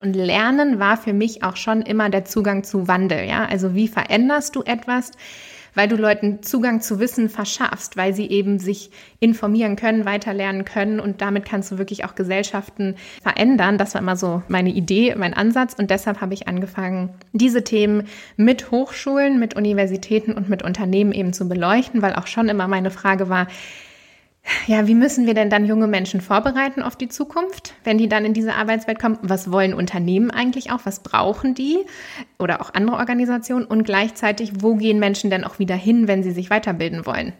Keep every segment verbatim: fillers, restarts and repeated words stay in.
Und Lernen war für mich auch schon immer der Zugang zu Wandel, ja. Also wie veränderst du etwas? Weil du Leuten Zugang zu Wissen verschaffst, weil sie eben sich informieren können, weiterlernen können und damit kannst du wirklich auch Gesellschaften verändern. Das war immer so meine Idee, mein Ansatz und deshalb habe ich angefangen, diese Themen mit Hochschulen, mit Universitäten und mit Unternehmen eben zu beleuchten, weil auch schon immer meine Frage war, ja, wie müssen wir denn dann junge Menschen vorbereiten auf die Zukunft, wenn die dann in diese Arbeitswelt kommen? Was wollen Unternehmen eigentlich auch? Was brauchen die? Oder auch andere Organisationen? Und gleichzeitig, wo gehen Menschen denn auch wieder hin, wenn sie sich weiterbilden wollen?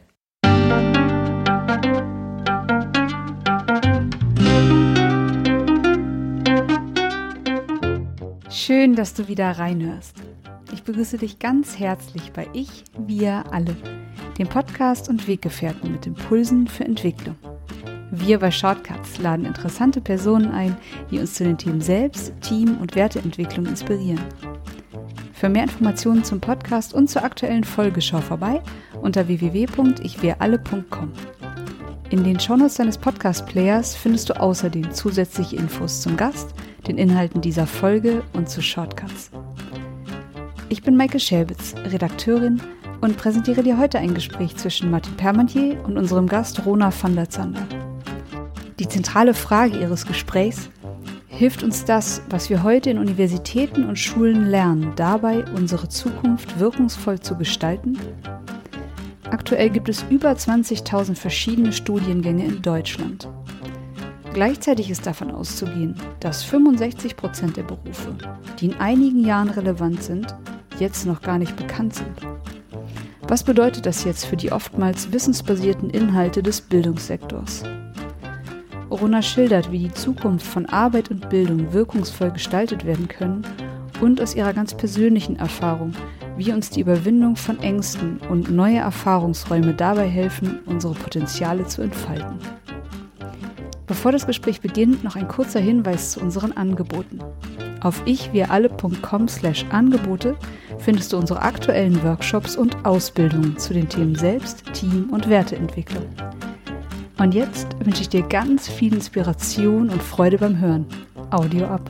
Schön, dass du wieder reinhörst. Ich begrüße dich ganz herzlich bei Ich, Wir, Alle, dem Podcast und Weggefährten mit Impulsen für Entwicklung. Wir bei Shortcuts laden interessante Personen ein, die uns zu den Themen Selbst-, Team- und Werteentwicklung inspirieren. Für mehr Informationen zum Podcast und zur aktuellen Folge schau vorbei unter w w w punkt ich wir alle punkt com. In den Shownotes deines Podcast-Players findest du außerdem zusätzliche Infos zum Gast, den Inhalten dieser Folge und zu Shortcuts. Ich bin Maike Schäbitz, Redakteurin und präsentiere dir heute ein Gespräch zwischen Martin Permantier und unserem Gast Rona van der Zander. Die zentrale Frage ihres Gesprächs: Hilft uns das, was wir heute in Universitäten und Schulen lernen, dabei, unsere Zukunft wirkungsvoll zu gestalten? Aktuell gibt es über zwanzigtausend verschiedene Studiengänge in Deutschland. Gleichzeitig ist davon auszugehen, dass fünfundsechzig Prozent der Berufe, die in einigen Jahren relevant sind, jetzt noch gar nicht bekannt sind. Was bedeutet das jetzt für die oftmals wissensbasierten Inhalte des Bildungssektors? Rona schildert, wie die Zukunft von Arbeit und Bildung wirkungsvoll gestaltet werden können und aus ihrer ganz persönlichen Erfahrung, wie uns die Überwindung von Ängsten und neue Erfahrungsräume dabei helfen, unsere Potenziale zu entfalten. Bevor das Gespräch beginnt, noch ein kurzer Hinweis zu unseren Angeboten. Auf ich wir alle punkt com slash Angebote findest du unsere aktuellen Workshops und Ausbildungen zu den Themen Selbst-, Team- und Werteentwicklung. Und jetzt wünsche ich dir ganz viel Inspiration und Freude beim Hören. Audio ab.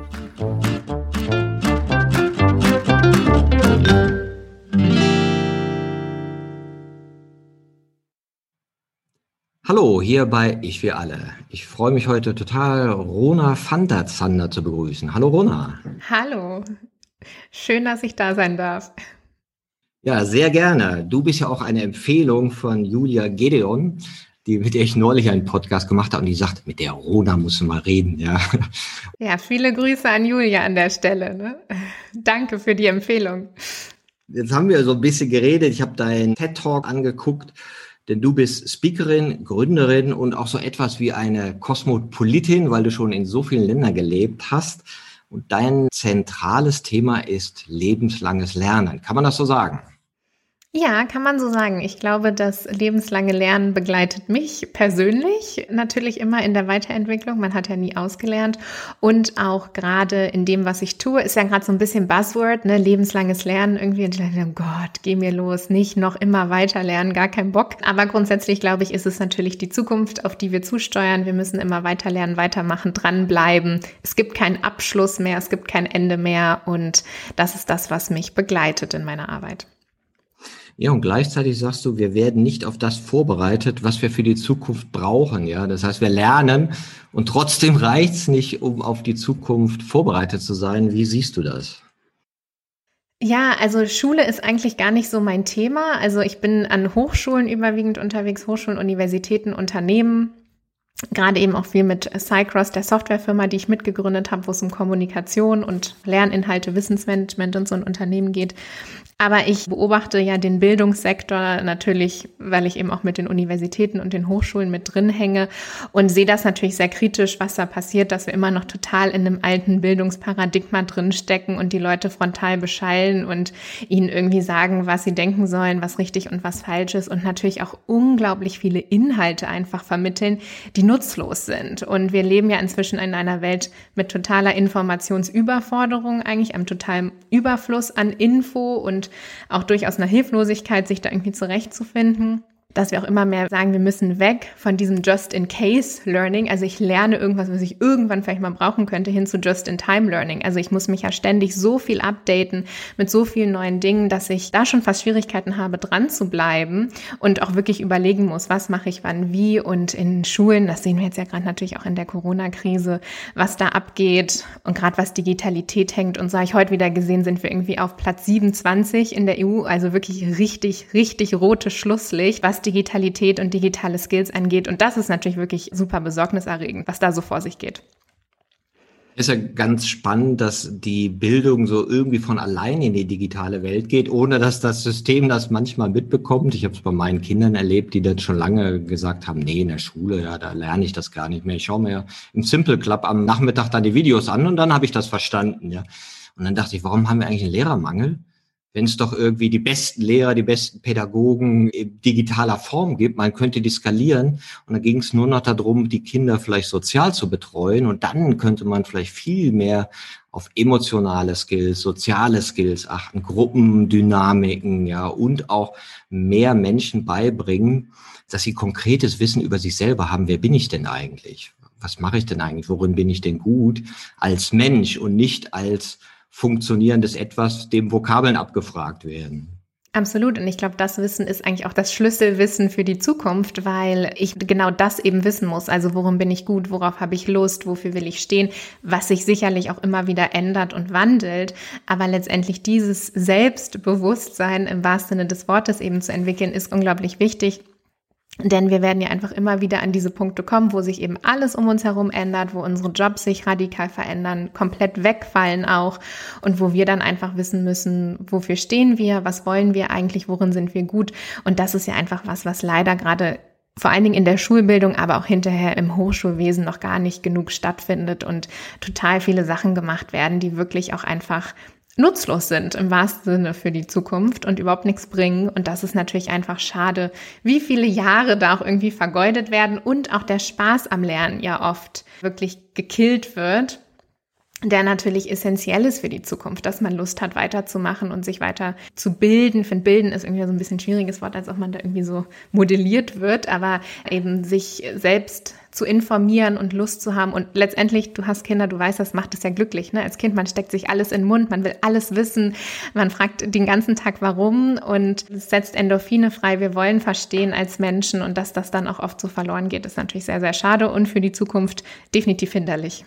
Hallo, hier bei Ich wir alle. Ich freue mich heute total, Rona van der Zander zu begrüßen. Hallo Rona. Hallo, schön, dass ich da sein darf. Ja, sehr gerne. Du bist ja auch eine Empfehlung von Julia Gedeon, die, mit der ich neulich einen Podcast gemacht habe und die sagt, mit der Rona musst du mal reden. Ja, ja, viele Grüße an Julia an der Stelle. Ne? Danke für die Empfehlung. Jetzt haben wir so ein bisschen geredet. Ich habe deinen TED-Talk angeguckt. Denn du bist Speakerin, Gründerin und auch so etwas wie eine Kosmopolitin, weil du schon in so vielen Ländern gelebt hast. Und dein zentrales Thema ist lebenslanges Lernen. Kann man das so sagen? Ja, kann man so sagen. Ich glaube, das lebenslange Lernen begleitet mich persönlich natürlich immer in der Weiterentwicklung. Man hat ja nie ausgelernt. Und auch gerade in dem, was ich tue, ist ja gerade so ein bisschen Buzzword, ne? Lebenslanges Lernen irgendwie. Und ich dachte, oh Gott, geh mir los, nicht noch immer weiter lernen, gar kein Bock. Aber grundsätzlich, glaube ich, ist es natürlich die Zukunft, auf die wir zusteuern. Wir müssen immer weiter lernen, weitermachen, dranbleiben. Es gibt keinen Abschluss mehr, es gibt kein Ende mehr. Und das ist das, was mich begleitet in meiner Arbeit. Ja, und gleichzeitig sagst du, wir werden nicht auf das vorbereitet, was wir für die Zukunft brauchen. Ja, das heißt, wir lernen und trotzdem reicht's nicht, um auf die Zukunft vorbereitet zu sein. Wie siehst du das? Ja, also Schule ist eigentlich gar nicht so mein Thema. Also ich bin an Hochschulen überwiegend unterwegs, Hochschulen, Universitäten, Unternehmen. Gerade eben auch viel mit Cycross, der Softwarefirma, die ich mitgegründet habe, wo es um Kommunikation und Lerninhalte, Wissensmanagement und so ein Unternehmen geht. Aber ich beobachte ja den Bildungssektor natürlich, weil ich eben auch mit den Universitäten und den Hochschulen mit drin hänge und sehe das natürlich sehr kritisch, was da passiert, dass wir immer noch total in einem alten Bildungsparadigma drin stecken und die Leute frontal beschallen und ihnen irgendwie sagen, was sie denken sollen, was richtig und was falsch ist und natürlich auch unglaublich viele Inhalte einfach vermitteln, die nutzlos sind. Und wir leben ja inzwischen in einer Welt mit totaler Informationsüberforderung, eigentlich einem totalen Überfluss an Info und auch durchaus einer Hilflosigkeit, sich da irgendwie zurechtzufinden. dass wir auch immer mehr sagen, wir müssen weg von diesem Just-in-Case-Learning. Also ich lerne irgendwas, was ich irgendwann vielleicht mal brauchen könnte, hin zu Just-in-Time-Learning. Also ich muss mich ja ständig so viel updaten mit so vielen neuen Dingen, dass ich da schon fast Schwierigkeiten habe, dran zu bleiben und auch wirklich überlegen muss, was mache ich wann wie. Und in Schulen, das sehen wir jetzt ja gerade natürlich auch in der Corona-Krise, was da abgeht und gerade was Digitalität hängt. Und so habe ich heute wieder gesehen, sind wir irgendwie auf Platz siebenundzwanzig in der E U, also wirklich richtig, richtig rotes Schlusslicht, was Digitalität und digitale Skills angeht. Und das ist natürlich wirklich super besorgniserregend, was da so vor sich geht. Ist ja ganz spannend, dass die Bildung so irgendwie von allein in die digitale Welt geht, ohne dass das System das manchmal mitbekommt. Ich habe es bei meinen Kindern erlebt, die dann schon lange gesagt haben, nee, in der Schule, ja, da lerne ich das gar nicht mehr. Ich schaue mir im Simple Club am Nachmittag dann die Videos an und dann habe ich das verstanden, ja. Und dann dachte ich, warum haben wir eigentlich einen Lehrermangel? Wenn es doch irgendwie die besten Lehrer, die besten Pädagogen in digitaler Form gibt, man könnte die skalieren. Und dann ging es nur noch darum, die Kinder vielleicht sozial zu betreuen. Und dann könnte man vielleicht viel mehr auf emotionale Skills, soziale Skills achten, Gruppendynamiken, ja, und auch mehr Menschen beibringen, dass sie konkretes Wissen über sich selber haben. Wer bin ich denn eigentlich? Was mache ich denn eigentlich? Worin bin ich denn gut? Als Mensch und nicht als funktionierendes Etwas, dem Vokabeln abgefragt werden. Absolut. Und ich glaube, das Wissen ist eigentlich auch das Schlüsselwissen für die Zukunft, weil ich genau das eben wissen muss. Also worum bin ich gut, worauf habe ich Lust, wofür will ich stehen, was sich sicherlich auch immer wieder ändert und wandelt. Aber letztendlich dieses Selbstbewusstsein im wahrsten Sinne des Wortes eben zu entwickeln, ist unglaublich wichtig. Denn wir werden ja einfach immer wieder an diese Punkte kommen, wo sich eben alles um uns herum ändert, wo unsere Jobs sich radikal verändern, komplett wegfallen auch und wo wir dann einfach wissen müssen, wofür stehen wir, was wollen wir eigentlich, worin sind wir gut. Und das ist ja einfach was, was leider gerade vor allen Dingen in der Schulbildung, aber auch hinterher im Hochschulwesen noch gar nicht genug stattfindet und total viele Sachen gemacht werden, die wirklich auch einfach nutzlos sind im wahrsten Sinne für die Zukunft und überhaupt nichts bringen. Und das ist natürlich einfach schade, wie viele Jahre da auch irgendwie vergeudet werden und auch der Spaß am Lernen ja oft wirklich gekillt wird, der natürlich essentiell ist für die Zukunft, dass man Lust hat, weiterzumachen und sich weiter zu bilden. Ich finde, bilden ist irgendwie so ein bisschen ein schwieriges Wort, als ob man da irgendwie so modelliert wird, aber eben sich selbst zu informieren und Lust zu haben. Und letztendlich, du hast Kinder, du weißt, das macht es ja glücklich. Ne? Als Kind, man steckt sich alles in den Mund, man will alles wissen, man fragt den ganzen Tag warum und es setzt Endorphine frei. Wir wollen verstehen als Menschen und dass das dann auch oft so verloren geht, ist natürlich sehr, sehr schade und für die Zukunft definitiv hinderlich.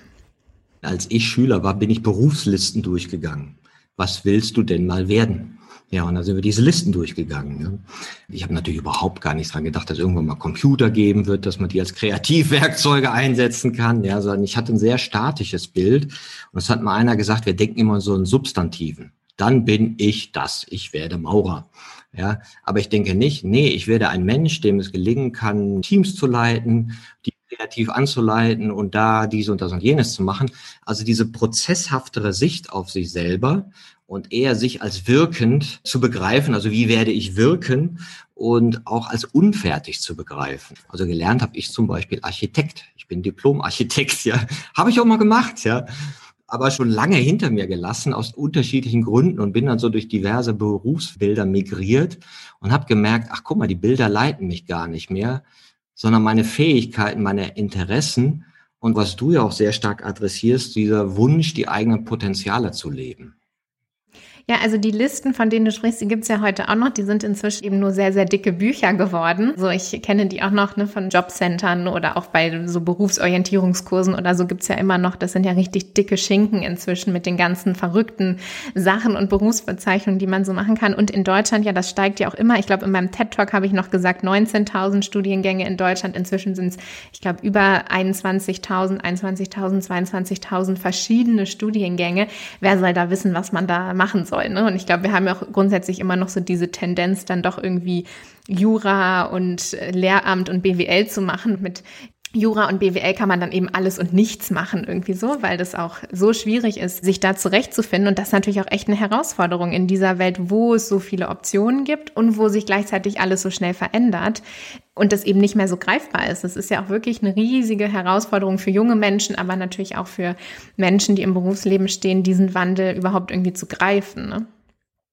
Als ich Schüler war, bin ich Berufslisten durchgegangen. Was willst du denn mal werden? Ja, und dann sind wir diese Listen durchgegangen. Ne? Ich habe natürlich überhaupt gar nicht dran gedacht, dass irgendwann mal Computer geben wird, dass man die als Kreativwerkzeuge einsetzen kann. Ja, sondern ich hatte ein sehr statisches Bild. Und es hat mal einer gesagt, wir denken immer so in Substantiven. Dann bin ich das. Ich werde Maurer. Ja, aber ich denke nicht, nee, ich werde ein Mensch, dem es gelingen kann, Teams zu leiten, die kreativ anzuleiten und da dies und das und jenes zu machen. Also diese prozesshaftere Sicht auf sich selber und eher sich als wirkend zu begreifen, also wie werde ich wirken und auch als unfertig zu begreifen. Also gelernt habe ich zum Beispiel Architekt. Ich bin Diplom-Architekt, ja. Habe ich auch mal gemacht, ja. Aber schon lange hinter mir gelassen aus unterschiedlichen Gründen und bin dann so durch diverse Berufsbilder migriert und habe gemerkt, ach guck mal, die Bilder leiten mich gar nicht mehr, sondern meine Fähigkeiten, meine Interessen und was du ja auch sehr stark adressierst, dieser Wunsch, die eigenen Potenziale zu leben. Ja, also die Listen, von denen du sprichst, die gibt's ja heute auch noch. Die sind inzwischen eben nur sehr, sehr dicke Bücher geworden. So, ich kenne die auch noch ne, von Jobcentern oder auch bei so Berufsorientierungskursen oder so gibt's ja immer noch. Das sind ja richtig dicke Schinken inzwischen mit den ganzen verrückten Sachen und Berufsbezeichnungen, die man so machen kann. Und in Deutschland, ja, das steigt ja auch immer. Ich glaube, in meinem TED-Talk habe ich noch gesagt, neunzehntausend Studiengänge in Deutschland. Inzwischen sind es, ich glaube, über einundzwanzigtausend, einundzwanzigtausend, zweiundzwanzigtausend verschiedene Studiengänge. Wer soll da wissen, was man da machen soll? Ne? Und ich glaube, wir haben ja auch grundsätzlich immer noch so diese Tendenz, dann doch irgendwie Jura und Lehramt und B W L zu machen. Mit Jura und B W L kann man dann eben alles und nichts machen irgendwie so, weil das auch so schwierig ist, sich da zurechtzufinden. Und das ist natürlich auch echt eine Herausforderung in dieser Welt, wo es so viele Optionen gibt und wo sich gleichzeitig alles so schnell verändert und das eben nicht mehr so greifbar ist. Das ist ja auch wirklich eine riesige Herausforderung für junge Menschen, aber natürlich auch für Menschen, die im Berufsleben stehen, diesen Wandel überhaupt irgendwie zu greifen, ne?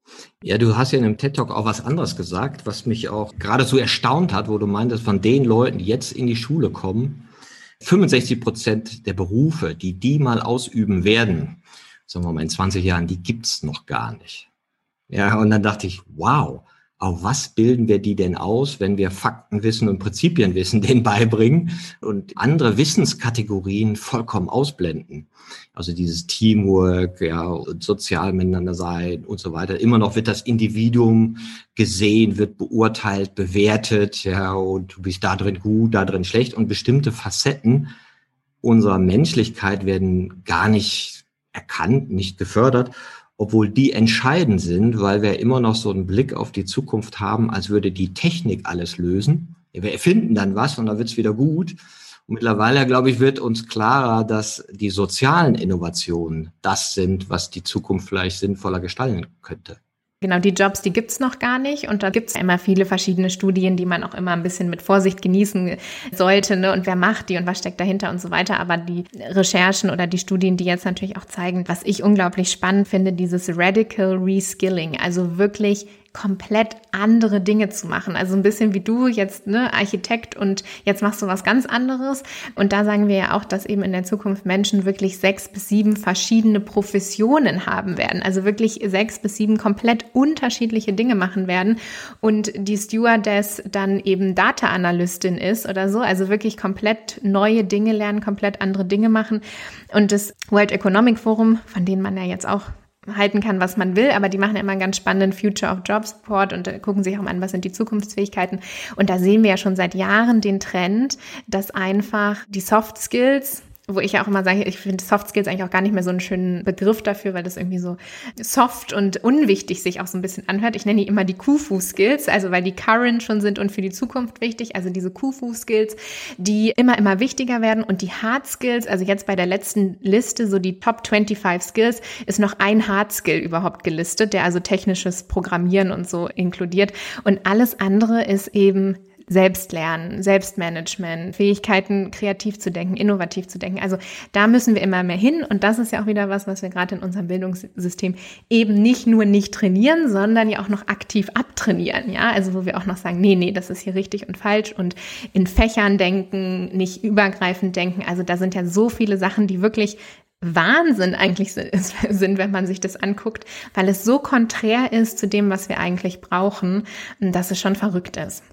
Ja, du hast ja in einem TED-Talk auch was anderes gesagt, was mich auch geradezu erstaunt hat, wo du meintest, von den Leuten, die jetzt in die Schule kommen, fünfundsechzig Prozent der Berufe, die die mal ausüben werden, sagen wir mal in zwanzig Jahren, die gibt's noch gar nicht. Ja, und dann dachte ich, wow, auf was bilden wir die denn aus, wenn wir Faktenwissen und Prinzipienwissen denen beibringen und andere Wissenskategorien vollkommen ausblenden? Also dieses Teamwork, ja, sozial miteinander sein und so weiter. Immer noch wird das Individuum gesehen, wird beurteilt, bewertet, ja, und du bist da drin gut, da drin schlecht. Und bestimmte Facetten unserer Menschlichkeit werden gar nicht erkannt, nicht gefördert, obwohl die entscheidend sind, weil wir immer noch so einen Blick auf die Zukunft haben, als würde die Technik alles lösen. Wir erfinden dann was und dann wird's wieder gut. Und mittlerweile, glaube ich, wird uns klarer, dass die sozialen Innovationen das sind, was die Zukunft vielleicht sinnvoller gestalten könnte. Genau, die Jobs, die gibt's noch gar nicht. Und da gibt's immer viele verschiedene Studien, die man auch immer ein bisschen mit Vorsicht genießen sollte. Ne? Und wer macht die und was steckt dahinter und so weiter. Aber die Recherchen oder die Studien, die jetzt natürlich auch zeigen, was ich unglaublich spannend finde, dieses Radical Reskilling, also wirklich komplett andere Dinge zu machen. Also ein bisschen wie du jetzt, ne, Architekt, und jetzt machst du was ganz anderes. Und da sagen wir ja auch, dass eben in der Zukunft Menschen wirklich sechs bis sieben verschiedene Professionen haben werden. Also wirklich sechs bis sieben komplett unterschiedliche Dinge machen werden. Und die Stewardess dann eben Data-Analystin ist oder so. Also wirklich komplett neue Dinge lernen, komplett andere Dinge machen. Und das World Economic Forum, von denen man ja jetzt auch halten kann, was man will, aber die machen immer einen ganz spannenden Future of Jobs Report und gucken sich auch an, was sind die Zukunftsfähigkeiten. Und da sehen wir ja schon seit Jahren den Trend, dass einfach die Soft Skills, wo ich ja auch immer sage, ich finde Soft Skills eigentlich auch gar nicht mehr so einen schönen Begriff dafür, weil das irgendwie so soft und unwichtig sich auch so ein bisschen anhört. Ich nenne die immer die Kufu-Skills, also weil die current schon sind und für die Zukunft wichtig, also diese Kufu-Skills, die immer, immer wichtiger werden. Und die Hard Skills, also jetzt bei der letzten Liste, so die Top fünfundzwanzig Skills, ist noch ein Hard Skill überhaupt gelistet, der also technisches Programmieren und so inkludiert. Und alles andere ist eben Selbstlernen, Selbstmanagement, Fähigkeiten, kreativ zu denken, innovativ zu denken. Also da müssen wir immer mehr hin. Und das ist ja auch wieder was, was wir gerade in unserem Bildungssystem eben nicht nur nicht trainieren, sondern ja auch noch aktiv abtrainieren. Ja, also wo wir auch noch sagen, nee, nee, das ist hier richtig und falsch, und in Fächern denken, nicht übergreifend denken. Also da sind ja so viele Sachen, die wirklich Wahnsinn eigentlich sind, wenn man sich das anguckt, weil es so konträr ist zu dem, was wir eigentlich brauchen, dass es schon verrückt ist.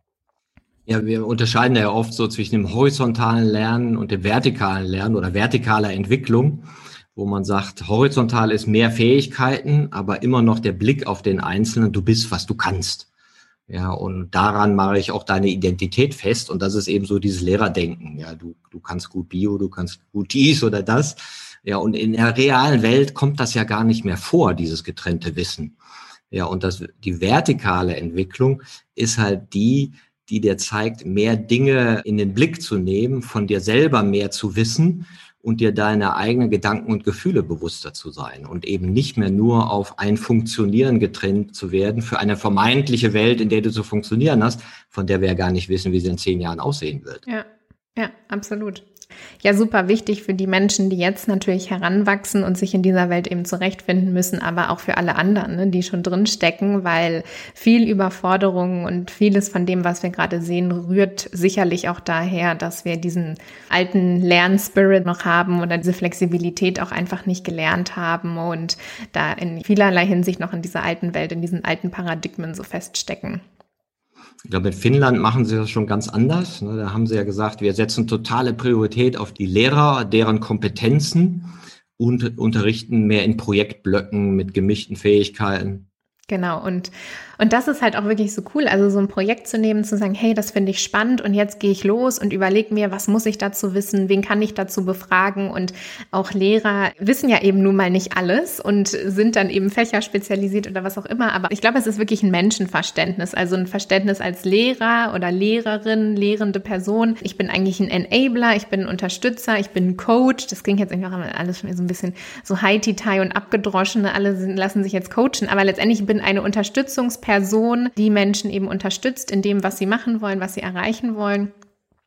Ja, wir unterscheiden ja oft so zwischen dem horizontalen Lernen und dem vertikalen Lernen oder vertikaler Entwicklung, wo man sagt, horizontal ist mehr Fähigkeiten, aber immer noch der Blick auf den Einzelnen, du bist, was du kannst. Ja, und daran mache ich auch deine Identität fest. Und das ist eben so dieses Lehrerdenken. Ja, du, du kannst gut Bio, du kannst gut dies oder das. Ja, und in der realen Welt kommt das ja gar nicht mehr vor, dieses getrennte Wissen. Ja, und das, die vertikale Entwicklung ist halt die, die dir zeigt, mehr Dinge in den Blick zu nehmen, von dir selber mehr zu wissen und dir deine eigenen Gedanken und Gefühle bewusster zu sein und eben nicht mehr nur auf ein Funktionieren getrennt zu werden für eine vermeintliche Welt, in der du zu funktionieren hast, von der wir ja gar nicht wissen, wie sie in zehn Jahren aussehen wird. Ja, ja, absolut. Ja, super wichtig für die Menschen, die jetzt natürlich heranwachsen und sich in dieser Welt eben zurechtfinden müssen, aber auch für alle anderen, ne, die schon drin stecken, weil viel Überforderung und vieles von dem, was wir gerade sehen, rührt sicherlich auch daher, dass wir diesen alten Lernspirit noch haben oder diese Flexibilität auch einfach nicht gelernt haben und da in vielerlei Hinsicht noch in dieser alten Welt, in diesen alten Paradigmen so feststecken. Ich glaube, in Finnland machen sie das schon ganz anders. Da haben sie ja gesagt, wir setzen totale Priorität auf die Lehrer, deren Kompetenzen und unterrichten mehr in Projektblöcken mit gemischten Fähigkeiten. Genau, und und das ist halt auch wirklich so cool, also so ein Projekt zu nehmen, zu sagen, hey, das finde ich spannend und jetzt gehe ich los und überlege mir, was muss ich dazu wissen, wen kann ich dazu befragen, und auch Lehrer wissen ja eben nun mal nicht alles und sind dann eben fächerspezialisiert oder was auch immer, aber ich glaube, es ist wirklich ein Menschenverständnis, also ein Verständnis als Lehrer oder Lehrerin, lehrende Person. Ich bin eigentlich ein Enabler, ich bin ein Unterstützer, ich bin ein Coach, das klingt jetzt einfach alles schon so ein bisschen so High-Titai und abgedroschene, alle sind, lassen sich jetzt coachen, aber letztendlich bin eine Unterstützungsperson, die Menschen eben unterstützt in dem, was sie machen wollen, was sie erreichen wollen.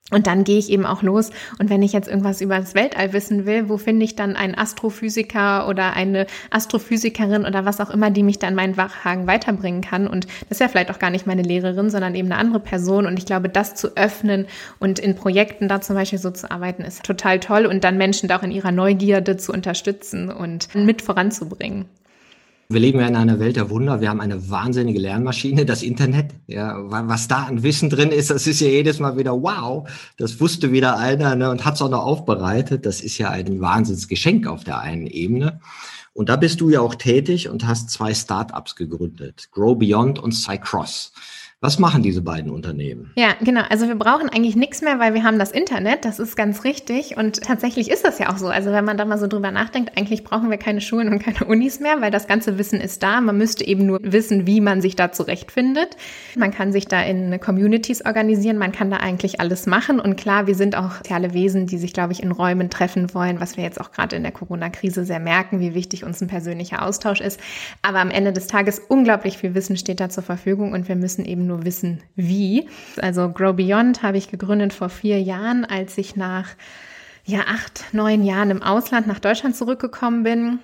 Und dann gehe ich eben auch los. Und wenn ich jetzt irgendwas über das Weltall wissen will, wo finde ich dann einen Astrophysiker oder eine Astrophysikerin oder was auch immer, die mich dann meinen Wachhagen weiterbringen kann? Und das ist ja vielleicht auch gar nicht meine Lehrerin, sondern eben eine andere Person. Und ich glaube, das zu öffnen und in Projekten da zum Beispiel so zu arbeiten, ist total toll. Und dann Menschen da auch in ihrer Neugierde zu unterstützen und mit voranzubringen. Wir leben ja in einer Welt der Wunder. Wir haben eine wahnsinnige Lernmaschine, das Internet. Ja, was da an Wissen drin ist, das ist ja jedes Mal wieder wow. Das wusste wieder einer, ne, und hat es auch noch aufbereitet. Das ist ja ein Wahnsinnsgeschenk auf der einen Ebene. Und da bist du ja auch tätig und hast zwei Startups gegründet, Grow Beyond und Cycross. Was machen diese beiden Unternehmen? Ja, genau. Also wir brauchen eigentlich nichts mehr, weil wir haben das Internet. Das ist ganz richtig. Und tatsächlich ist das ja auch so. Also wenn man da mal so drüber nachdenkt, eigentlich brauchen wir keine Schulen und keine Unis mehr, weil das ganze Wissen ist da. Man müsste eben nur wissen, wie man sich da zurechtfindet. Man kann sich da in Communities organisieren. Man kann da eigentlich alles machen. Und klar, wir sind auch soziale Wesen, die sich, glaube ich, in Räumen treffen wollen, was wir jetzt auch gerade in der Corona-Krise sehr merken, wie wichtig uns ein persönlicher Austausch ist. Aber am Ende des Tages unglaublich viel Wissen steht da zur Verfügung und wir müssen eben nur wissen, wie. Also Grow Beyond habe ich gegründet vor vier Jahren, als ich nach ja, acht, neun Jahren im Ausland nach Deutschland zurückgekommen bin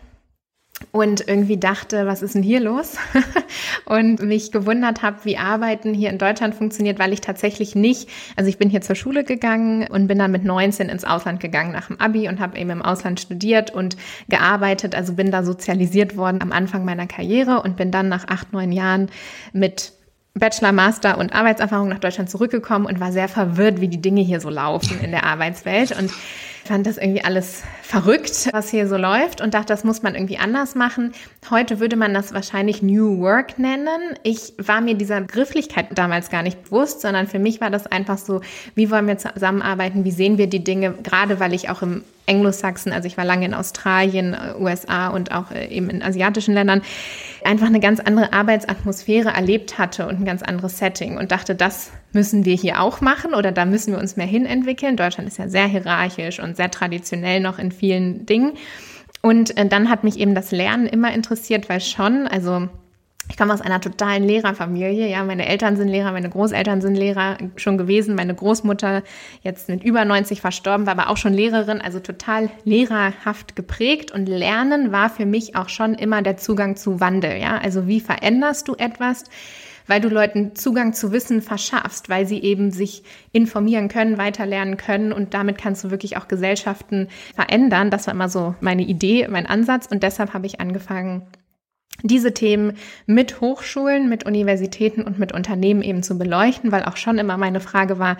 und irgendwie dachte, was ist denn hier los? Und mich gewundert habe, wie Arbeiten hier in Deutschland funktioniert, weil ich tatsächlich nicht, also ich bin hier zur Schule gegangen und bin dann mit neunzehn ins Ausland gegangen nach dem Abi und habe eben im Ausland studiert und gearbeitet, also bin da sozialisiert worden am Anfang meiner Karriere und bin dann nach acht, neun Jahren mit Bachelor, Master und Arbeitserfahrung nach Deutschland zurückgekommen und war sehr verwirrt, wie die Dinge hier so laufen in der Arbeitswelt und fand das irgendwie alles verrückt, was hier so läuft und dachte, das muss man irgendwie anders machen. Heute würde man das wahrscheinlich New Work nennen. Ich war mir dieser Begrifflichkeit damals gar nicht bewusst, sondern für mich war das einfach so, wie wollen wir zusammenarbeiten, wie sehen wir die Dinge, gerade weil ich auch im Anglo-Saxon, also ich war lange in Australien, U S A und auch eben in asiatischen Ländern, einfach eine ganz andere Arbeitsatmosphäre erlebt hatte und ein ganz anderes Setting und dachte, das müssen wir hier auch machen oder da müssen wir uns mehr hin entwickeln. Deutschland ist ja sehr hierarchisch und sehr traditionell noch in vielen Dingen. Und dann hat mich eben das Lernen immer interessiert, weil schon, also ich komme aus einer totalen Lehrerfamilie. Ja, meine Eltern sind Lehrer, meine Großeltern sind Lehrer schon gewesen. Meine Großmutter, jetzt mit über neunzig verstorben, war aber auch schon Lehrerin, also total lehrerhaft geprägt. Und Lernen war für mich auch schon immer der Zugang zu Wandel. Ja, also wie veränderst du etwas? Weil du Leuten Zugang zu Wissen verschaffst, weil sie eben sich informieren können, weiterlernen können und damit kannst du wirklich auch Gesellschaften verändern. Das war immer so meine Idee, mein Ansatz und deshalb habe ich angefangen, diese Themen mit Hochschulen, mit Universitäten und mit Unternehmen eben zu beleuchten, weil auch schon immer meine Frage war,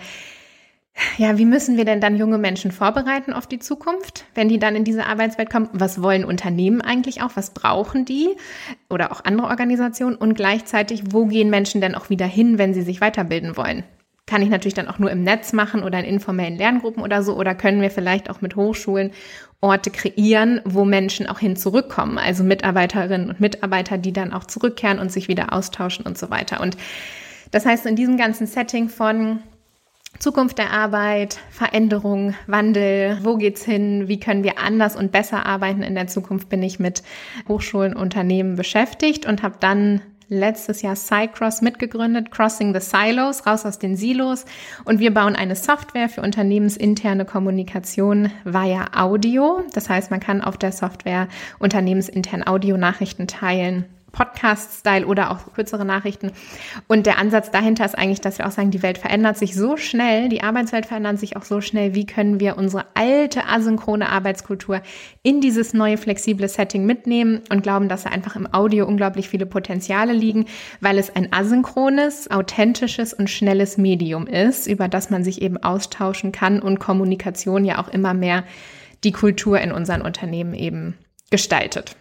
ja, wie müssen wir denn dann junge Menschen vorbereiten auf die Zukunft, wenn die dann in diese Arbeitswelt kommen? Was wollen Unternehmen eigentlich auch? Was brauchen die? Oder auch andere Organisationen? Und gleichzeitig, wo gehen Menschen denn auch wieder hin, wenn sie sich weiterbilden wollen? Kann ich natürlich dann auch nur im Netz machen oder in informellen Lerngruppen oder so? Oder können wir vielleicht auch mit Hochschulen Orte kreieren, wo Menschen auch hin zurückkommen? Also Mitarbeiterinnen und Mitarbeiter, die dann auch zurückkehren und sich wieder austauschen und so weiter. Und das heißt, in diesem ganzen Setting von Zukunft der Arbeit, Veränderung, Wandel, wo geht's hin, wie können wir anders und besser arbeiten in der Zukunft, bin ich mit Hochschulen, Unternehmen beschäftigt und habe dann letztes Jahr Cycross mitgegründet, Crossing the Silos, raus aus den Silos. Und wir bauen eine Software für unternehmensinterne Kommunikation via Audio. Das heißt, man kann auf der Software unternehmensintern Audionachrichten teilen, Podcast-Style oder auch kürzere Nachrichten. Und der Ansatz dahinter ist eigentlich, dass wir auch sagen, die Welt verändert sich so schnell, die Arbeitswelt verändert sich auch so schnell, wie können wir unsere alte asynchrone Arbeitskultur in dieses neue flexible Setting mitnehmen und glauben, dass da einfach im Audio unglaublich viele Potenziale liegen, weil es ein asynchrones, authentisches und schnelles Medium ist, über das man sich eben austauschen kann und Kommunikation ja auch immer mehr die Kultur in unseren Unternehmen eben gestaltet.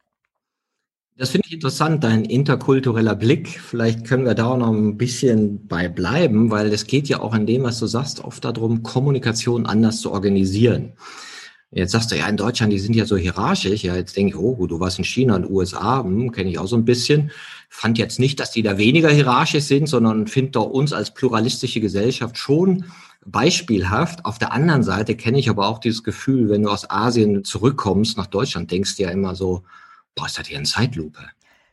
Das finde ich interessant, dein interkultureller Blick. Vielleicht können wir da auch noch ein bisschen bei bleiben, weil es geht ja auch in dem, was du sagst, oft darum, Kommunikation anders zu organisieren. Jetzt sagst du, ja, in Deutschland, die sind ja so hierarchisch. Ja, jetzt denke ich, oh, du warst in China und U S A, hm, kenne ich auch so ein bisschen. Fand jetzt nicht, dass die da weniger hierarchisch sind, sondern finde doch uns als pluralistische Gesellschaft schon beispielhaft. Auf der anderen Seite kenne ich aber auch dieses Gefühl, wenn du aus Asien zurückkommst nach Deutschland, denkst du ja immer so, boah, ist das hier eine Zeitlupe?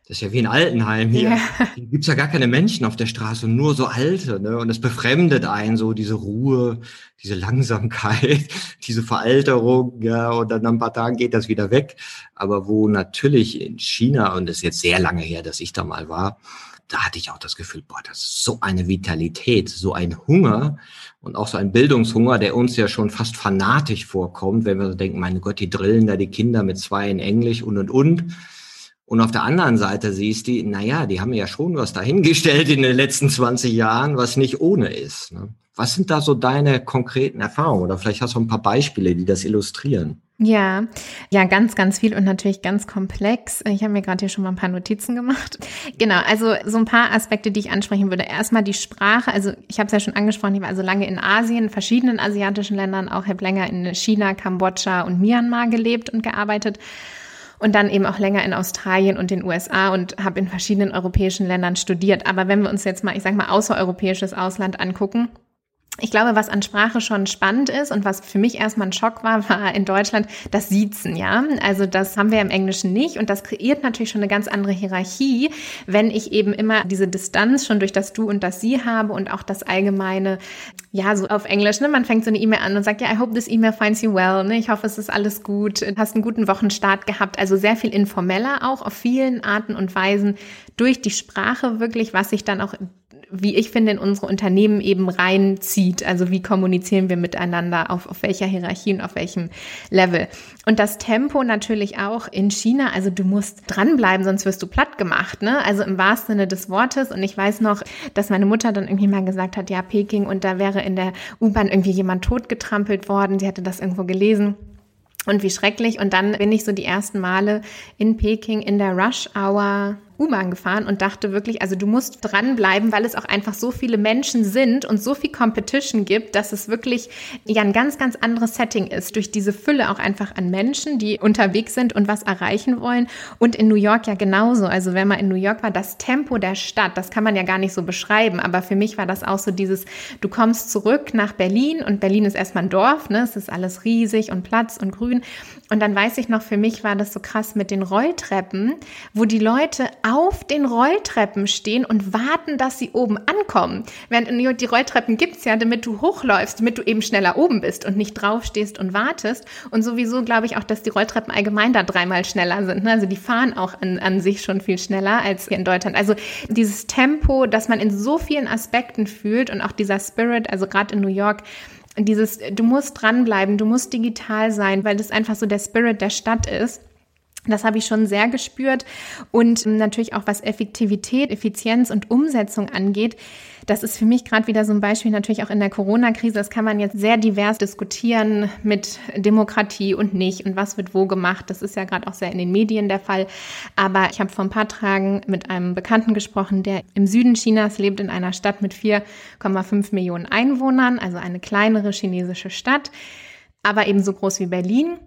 Das ist ja wie ein Altenheim hier. Ja. Hier gibt's ja gar keine Menschen auf der Straße, nur so Alte. Ne? Und es befremdet einen so, diese Ruhe, diese Langsamkeit, diese Veralterung. Ja, und dann nach ein paar Tagen geht das wieder weg. Aber wo natürlich in China, und das ist jetzt sehr lange her, dass ich da mal war, da hatte ich auch das Gefühl, boah, das ist so eine Vitalität, so ein Hunger und auch so ein Bildungshunger, der uns ja schon fast fanatisch vorkommt, wenn wir so denken, meine Gott, die drillen da die Kinder mit zwei in Englisch und, und, und. Und auf der anderen Seite siehst du, naja, die haben ja schon was dahingestellt in den letzten zwanzig Jahren, was nicht ohne ist. Ne? Was sind da so deine konkreten Erfahrungen? Oder vielleicht hast du ein paar Beispiele, die das illustrieren. Ja, ja, ganz, ganz viel und natürlich ganz komplex. Ich habe mir gerade hier schon mal ein paar Notizen gemacht. Genau, also so ein paar Aspekte, die ich ansprechen würde. Erstmal die Sprache. Also ich habe es ja schon angesprochen, ich war also lange in Asien, in verschiedenen asiatischen Ländern, auch habe länger in China, Kambodscha und Myanmar gelebt und gearbeitet. Und dann eben auch länger in Australien und den U S A und habe in verschiedenen europäischen Ländern studiert. Aber wenn wir uns jetzt mal, ich sag mal, außereuropäisches Ausland angucken, ich glaube, was an Sprache schon spannend ist und was für mich erstmal ein Schock war, war in Deutschland das Siezen, ja. Also das haben wir im Englischen nicht und das kreiert natürlich schon eine ganz andere Hierarchie, wenn ich eben immer diese Distanz schon durch das Du und das Sie habe und auch das allgemeine, ja, so auf Englisch, ne, man fängt so eine E-Mail an und sagt, ja, I hope this email finds you well, ne, ich hoffe, es ist alles gut, hast einen guten Wochenstart gehabt, also sehr viel informeller auch auf vielen Arten und Weisen durch die Sprache wirklich, was sich dann auch, wie ich finde, in unsere Unternehmen eben reinzieht. Also wie kommunizieren wir miteinander, auf, auf welcher Hierarchie und auf welchem Level. Und das Tempo natürlich auch in China. Also du musst dranbleiben, sonst wirst du platt gemacht, ne? Also im wahrsten Sinne des Wortes. Und ich weiß noch, dass meine Mutter dann irgendwie mal gesagt hat, ja, Peking, und da wäre in der U-Bahn irgendwie jemand totgetrampelt worden. Sie hatte das irgendwo gelesen. Und wie schrecklich. Und dann bin ich so die ersten Male in Peking in der Rush-Hour U-Bahn gefahren und dachte wirklich, also du musst dranbleiben, weil es auch einfach so viele Menschen sind und so viel Competition gibt, dass es wirklich ja ein ganz, ganz anderes Setting ist. Durch diese Fülle auch einfach an Menschen, die unterwegs sind und was erreichen wollen. Und in New York ja genauso. Also wenn man in New York war, das Tempo der Stadt, das kann man ja gar nicht so beschreiben. Aber für mich war das auch so dieses, du kommst zurück nach Berlin und Berlin ist erstmal ein Dorf, ne? Es ist alles riesig und Platz und grün. Und dann weiß ich noch, für mich war das so krass mit den Rolltreppen, wo die Leute auf den Rolltreppen stehen und warten, dass sie oben ankommen. Während in New York die Rolltreppen gibt's ja, damit du hochläufst, damit du eben schneller oben bist und nicht draufstehst und wartest. Und sowieso glaube ich auch, dass die Rolltreppen allgemein da dreimal schneller sind. Ne? Also die fahren auch an, an sich schon viel schneller als hier in Deutschland. Also dieses Tempo, das man in so vielen Aspekten fühlt und auch dieser Spirit, also gerade in New York, dieses, du musst dranbleiben, du musst digital sein, weil das einfach so der Spirit der Stadt ist. Das habe ich schon sehr gespürt und natürlich auch was Effektivität, Effizienz und Umsetzung angeht. Das ist für mich gerade wieder so ein Beispiel natürlich auch in der Corona-Krise. Das kann man jetzt sehr divers diskutieren mit Demokratie und nicht und was wird wo gemacht. Das ist ja gerade auch sehr in den Medien der Fall. Aber ich habe vor ein paar Tagen mit einem Bekannten gesprochen, der im Süden Chinas lebt, in einer Stadt mit vier Komma fünf Millionen Einwohnern, also eine kleinere chinesische Stadt, aber eben so groß wie Berlin,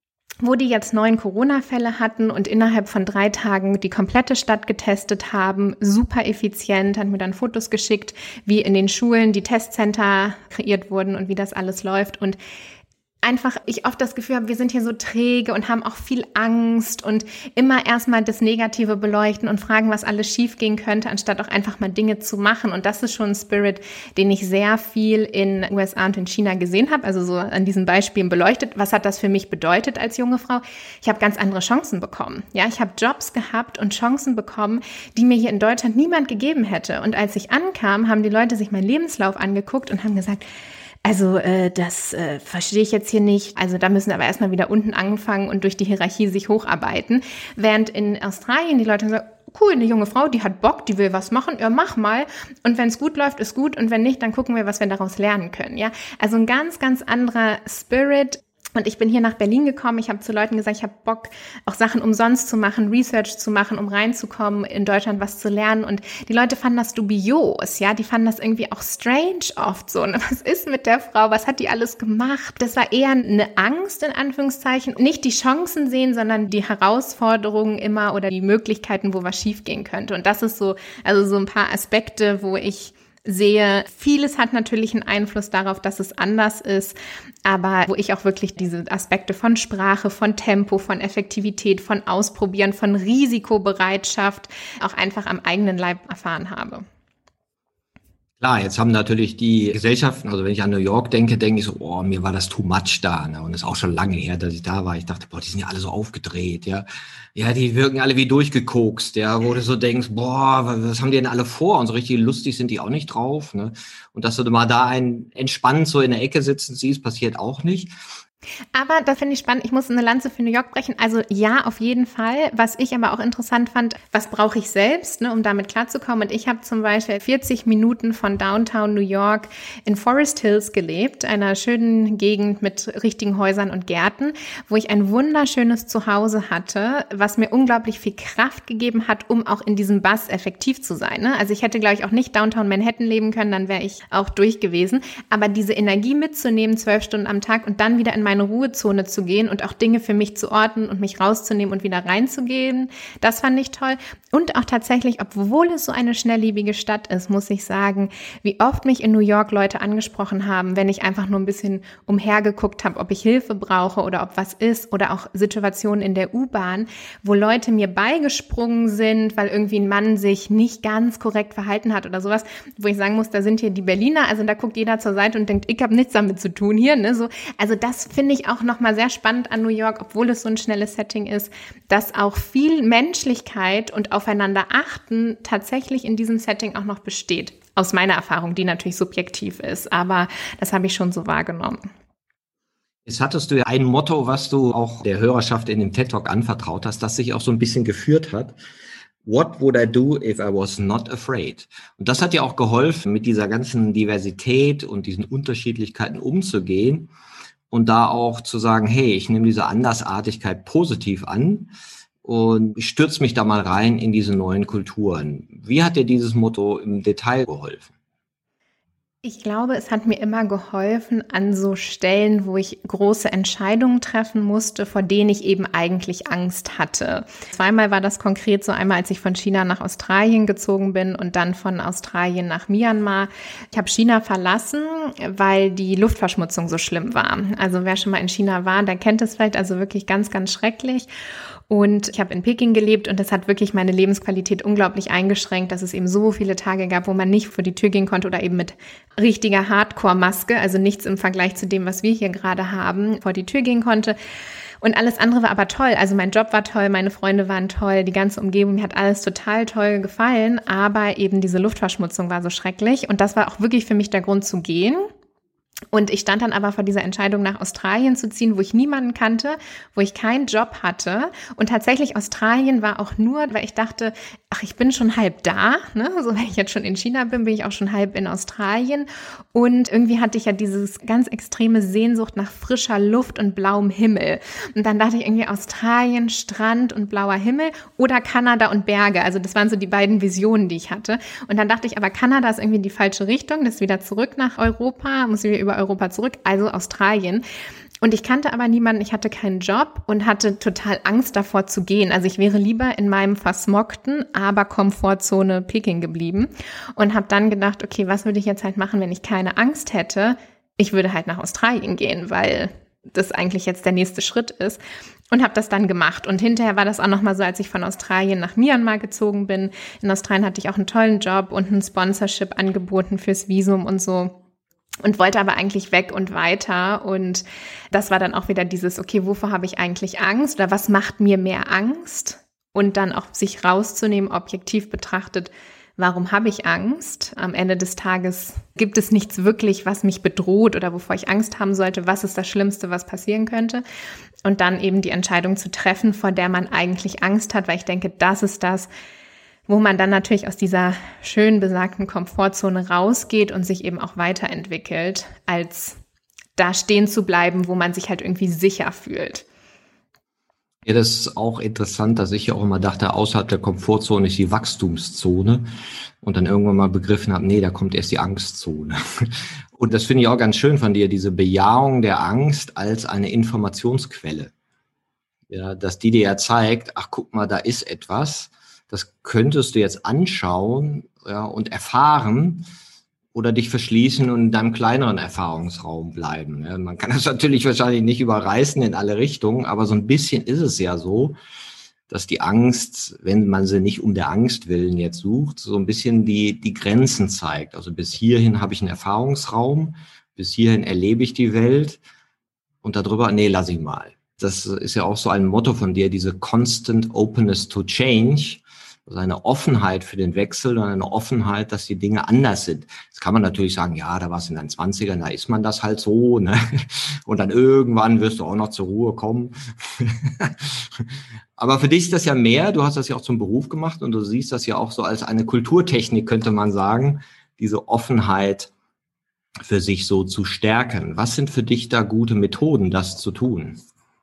wo die jetzt neun Corona-Fälle hatten und innerhalb von drei Tagen die komplette Stadt getestet haben, super effizient, hat mir dann Fotos geschickt, wie in den Schulen die Testcenter kreiert wurden und wie das alles läuft und einfach ich oft das Gefühl habe, wir sind hier so träge und haben auch viel Angst und immer erstmal das Negative beleuchten und fragen, was alles schief gehen könnte, anstatt auch einfach mal Dinge zu machen. Und das ist schon ein Spirit, den ich sehr viel in den U S A und in China gesehen habe, also so an diesen Beispielen beleuchtet. Was hat das für mich bedeutet als junge Frau? Ich habe ganz andere Chancen bekommen. Ja, ich habe Jobs gehabt und Chancen bekommen, die mir hier in Deutschland niemand gegeben hätte. Und als ich ankam, haben die Leute sich meinen Lebenslauf angeguckt und haben gesagt, also äh, das äh, verstehe ich jetzt hier nicht. Also da müssen wir aber erstmal wieder unten anfangen und durch die Hierarchie sich hocharbeiten. Während in Australien die Leute sagen, cool, eine junge Frau, die hat Bock, die will was machen, ja, mach mal. Und wenn es gut läuft, ist gut. Und wenn nicht, dann gucken wir, was wir daraus lernen können. Ja, also ein ganz, ganz anderer Spirit. Und ich bin hier nach Berlin gekommen, ich habe zu Leuten gesagt, ich habe Bock, auch Sachen umsonst zu machen, Research zu machen, um reinzukommen, in Deutschland was zu lernen. Und die Leute fanden das dubios, ja, die fanden das irgendwie auch strange oft so. Und was ist mit der Frau, was hat die alles gemacht? Das war eher eine Angst, in Anführungszeichen. Nicht die Chancen sehen, sondern die Herausforderungen immer oder die Möglichkeiten, wo was schiefgehen könnte. Und das ist so, also so ein paar Aspekte, wo ich sehe. Vieles hat natürlich einen Einfluss darauf, dass es anders ist, aber wo ich auch wirklich diese Aspekte von Sprache, von Tempo, von Effektivität, von Ausprobieren, von Risikobereitschaft auch einfach am eigenen Leib erfahren habe. Klar, jetzt haben natürlich die Gesellschaften, also wenn ich an New York denke, denke ich so, oh, mir war das too much da. Ne? Und das ist auch schon lange her, dass ich da war. Ich dachte, boah, die sind ja alle so aufgedreht, ja. Ja, die wirken alle wie durchgekokst, ja, wo du so denkst, boah, was haben die denn alle vor? Und so richtig lustig sind die auch nicht drauf, ne? Und dass du mal da einen entspannt so in der Ecke sitzen siehst, passiert auch nicht. Aber das finde ich spannend. Ich muss eine Lanze für New York brechen. Also ja, auf jeden Fall. Was ich aber auch interessant fand, was brauche ich selbst, ne, um damit klarzukommen? Und ich habe zum Beispiel vierzig Minuten von Downtown New York in Forest Hills gelebt, einer schönen Gegend mit richtigen Häusern und Gärten, wo ich ein wunderschönes Zuhause hatte, was mir unglaublich viel Kraft gegeben hat, um auch in diesem Buzz effektiv zu sein. Ne? Also ich hätte, glaube ich, auch nicht Downtown Manhattan leben können, dann wäre ich auch durch gewesen. Aber diese Energie mitzunehmen, zwölf Stunden am Tag und dann wieder in meine Ruhezone zu gehen und auch Dinge für mich zu ordnen und mich rauszunehmen und wieder reinzugehen. Das fand ich toll. Und auch tatsächlich, obwohl es so eine schnelllebige Stadt ist, muss ich sagen, wie oft mich in New York Leute angesprochen haben, wenn ich einfach nur ein bisschen umhergeguckt habe, ob ich Hilfe brauche oder ob was ist, oder auch Situationen in der U-Bahn, wo Leute mir beigesprungen sind, weil irgendwie ein Mann sich nicht ganz korrekt verhalten hat oder sowas, wo ich sagen muss, da sind hier die Berliner, also da guckt jeder zur Seite und denkt, ich habe nichts damit zu tun hier, ne, so. Also das finde ich auch nochmal sehr spannend an New York, obwohl es so ein schnelles Setting ist, dass auch viel Menschlichkeit und aufeinander achten tatsächlich in diesem Setting auch noch besteht. Aus meiner Erfahrung, die natürlich subjektiv ist, aber das habe ich schon so wahrgenommen. Jetzt hattest du ja ein Motto, was du auch der Hörerschaft in dem TED Talk anvertraut hast, das sich auch so ein bisschen geführt hat. What would I do if I was not afraid? Und das hat ja auch geholfen, mit dieser ganzen Diversität und diesen Unterschiedlichkeiten umzugehen. Und da auch zu sagen, hey, ich nehme diese Andersartigkeit positiv an und ich stürze mich da mal rein in diese neuen Kulturen. Wie hat dir dieses Motto im Detail geholfen? Ich glaube, es hat mir immer geholfen an so Stellen, wo ich große Entscheidungen treffen musste, vor denen ich eben eigentlich Angst hatte. Zweimal war das konkret so, einmal als ich von China nach Australien gezogen bin und dann von Australien nach Myanmar. Ich habe China verlassen, weil die Luftverschmutzung so schlimm war. Also wer schon mal in China war, der kennt es vielleicht, also wirklich ganz, ganz schrecklich. Und ich habe in Peking gelebt und das hat wirklich meine Lebensqualität unglaublich eingeschränkt, dass es eben so viele Tage gab, wo man nicht vor die Tür gehen konnte oder eben mit richtiger Hardcore-Maske, also nichts im Vergleich zu dem, was wir hier gerade haben, vor die Tür gehen konnte. Und alles andere war aber toll. Also mein Job war toll, meine Freunde waren toll, die ganze Umgebung, mir hat alles total toll gefallen, aber eben diese Luftverschmutzung war so schrecklich und das war auch wirklich für mich der Grund zu gehen. Und ich stand dann aber vor dieser Entscheidung, nach Australien zu ziehen, wo ich niemanden kannte, wo ich keinen Job hatte. Und tatsächlich Australien war auch nur, weil ich dachte, ach, ich bin schon halb da, ne? So, wenn ich jetzt schon in China bin, bin ich auch schon halb in Australien. Und irgendwie hatte ich ja dieses ganz extreme Sehnsucht nach frischer Luft und blauem Himmel. Und dann dachte ich irgendwie Australien, Strand und blauer Himmel oder Kanada und Berge. Also das waren so die beiden Visionen, die ich hatte. Und dann dachte ich, aber Kanada ist irgendwie die falsche Richtung, das ist wieder zurück nach Europa, muss wieder über Europa zurück, also Australien. Und ich kannte aber niemanden, ich hatte keinen Job und hatte total Angst davor zu gehen. Also ich wäre lieber in meinem versmogten, aber Komfortzone Peking geblieben und habe dann gedacht, okay, was würde ich jetzt halt machen, wenn ich keine Angst hätte? Ich würde halt nach Australien gehen, weil das eigentlich jetzt der nächste Schritt ist. Und habe das dann gemacht. Und hinterher war das auch nochmal so, als ich von Australien nach Myanmar gezogen bin. In Australien hatte ich auch einen tollen Job und ein Sponsorship angeboten fürs Visum und so. Und wollte aber eigentlich weg und weiter. Und das war dann auch wieder dieses, okay, wovor habe ich eigentlich Angst? Oder was macht mir mehr Angst? Und dann auch sich rauszunehmen, objektiv betrachtet, warum habe ich Angst? Am Ende des Tages gibt es nichts wirklich, was mich bedroht oder wovor ich Angst haben sollte. Was ist das Schlimmste, was passieren könnte? Und dann eben die Entscheidung zu treffen, vor der man eigentlich Angst hat, weil ich denke, das ist das, wo man dann natürlich aus dieser schön besagten Komfortzone rausgeht und sich eben auch weiterentwickelt, als da stehen zu bleiben, wo man sich halt irgendwie sicher fühlt. Ja, das ist auch interessant, dass ich ja auch immer dachte, außerhalb der Komfortzone ist die Wachstumszone und dann irgendwann mal begriffen habe, nee, da kommt erst die Angstzone. Und das finde ich auch ganz schön von dir, diese Bejahung der Angst als eine Informationsquelle. Ja, dass die dir ja zeigt, ach guck mal, da ist etwas, das könntest du jetzt anschauen, ja, und erfahren oder dich verschließen und in deinem kleineren Erfahrungsraum bleiben. Ja, man kann das natürlich wahrscheinlich nicht überreißen in alle Richtungen, aber so ein bisschen ist es ja so, dass die Angst, wenn man sie nicht um der Angst willen jetzt sucht, so ein bisschen die, die Grenzen zeigt. Also bis hierhin habe ich einen Erfahrungsraum, bis hierhin erlebe ich die Welt und darüber, nee, lass ich mal. Das ist ja auch so ein Motto von dir, diese Constant Openness to Change. Also eine Offenheit für den Wechsel und eine Offenheit, dass die Dinge anders sind. Jetzt kann man natürlich sagen, ja, da war es in deinen Zwanzigern, da ist man das halt so, ne? Und dann irgendwann wirst du auch noch zur Ruhe kommen. Aber für dich ist das ja mehr, du hast das ja auch zum Beruf gemacht und du siehst das ja auch so als eine Kulturtechnik, könnte man sagen, diese Offenheit für sich so zu stärken. Was sind für dich da gute Methoden, das zu tun?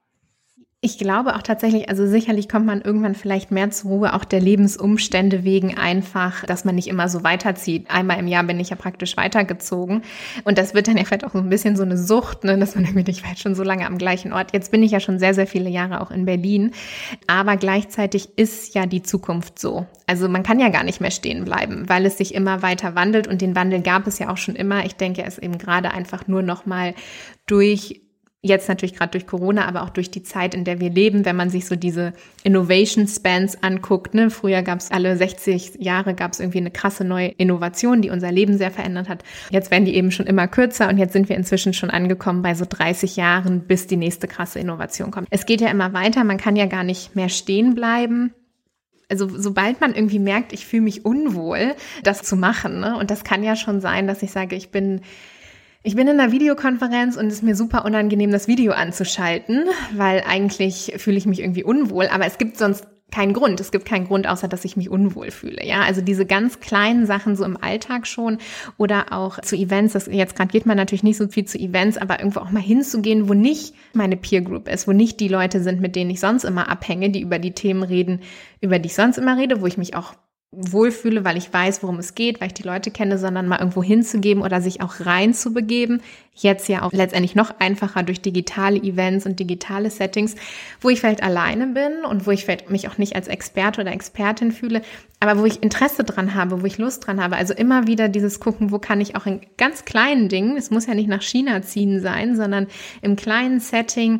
Ich glaube auch tatsächlich, also sicherlich kommt man irgendwann vielleicht mehr zur Ruhe, auch der Lebensumstände wegen einfach, dass man nicht immer so weiterzieht. Einmal im Jahr bin ich ja praktisch weitergezogen und das wird dann ja vielleicht auch so ein bisschen so eine Sucht, ne, dass man irgendwie, ich war jetzt schon so lange am gleichen Ort. Jetzt bin ich ja schon sehr, sehr viele Jahre auch in Berlin, aber gleichzeitig ist ja die Zukunft so. Also man kann ja gar nicht mehr stehen bleiben, weil es sich immer weiter wandelt und den Wandel gab es ja auch schon immer. Ich denke, er ist eben gerade einfach nur noch mal durch Jetzt natürlich gerade durch Corona, aber auch durch die Zeit, in der wir leben, wenn man sich so diese Innovation Spans anguckt. Ne? Früher gab es alle sechzig Jahre gab es irgendwie eine krasse neue Innovation, die unser Leben sehr verändert hat. Jetzt werden die eben schon immer kürzer und jetzt sind wir inzwischen schon angekommen bei so dreißig Jahren, bis die nächste krasse Innovation kommt. Es geht ja immer weiter, man kann ja gar nicht mehr stehen bleiben. Also sobald man irgendwie merkt, ich fühle mich unwohl, das zu machen. Ne? Und das kann ja schon sein, dass ich sage, ich bin Ich bin in einer Videokonferenz und es ist mir super unangenehm, das Video anzuschalten, weil eigentlich fühle ich mich irgendwie unwohl, aber es gibt sonst keinen Grund. Es gibt keinen Grund, außer dass ich mich unwohl fühle. Ja, also diese ganz kleinen Sachen so im Alltag schon oder auch zu Events. Das, jetzt gerade geht man natürlich nicht so viel zu Events, aber irgendwo auch mal hinzugehen, wo nicht meine Peer Group ist, wo nicht die Leute sind, mit denen ich sonst immer abhänge, die über die Themen reden, über die ich sonst immer rede, wo ich mich auch wohlfühle, weil ich weiß, worum es geht, weil ich die Leute kenne, sondern mal irgendwo hinzugeben oder sich auch reinzubegeben. Jetzt ja auch letztendlich noch einfacher durch digitale Events und digitale Settings, wo ich vielleicht alleine bin und wo ich vielleicht mich auch nicht als Experte oder Expertin fühle, aber wo ich Interesse dran habe, wo ich Lust dran habe. Also immer wieder dieses Gucken, wo kann ich auch in ganz kleinen Dingen, es muss ja nicht nach China ziehen sein, sondern im kleinen Setting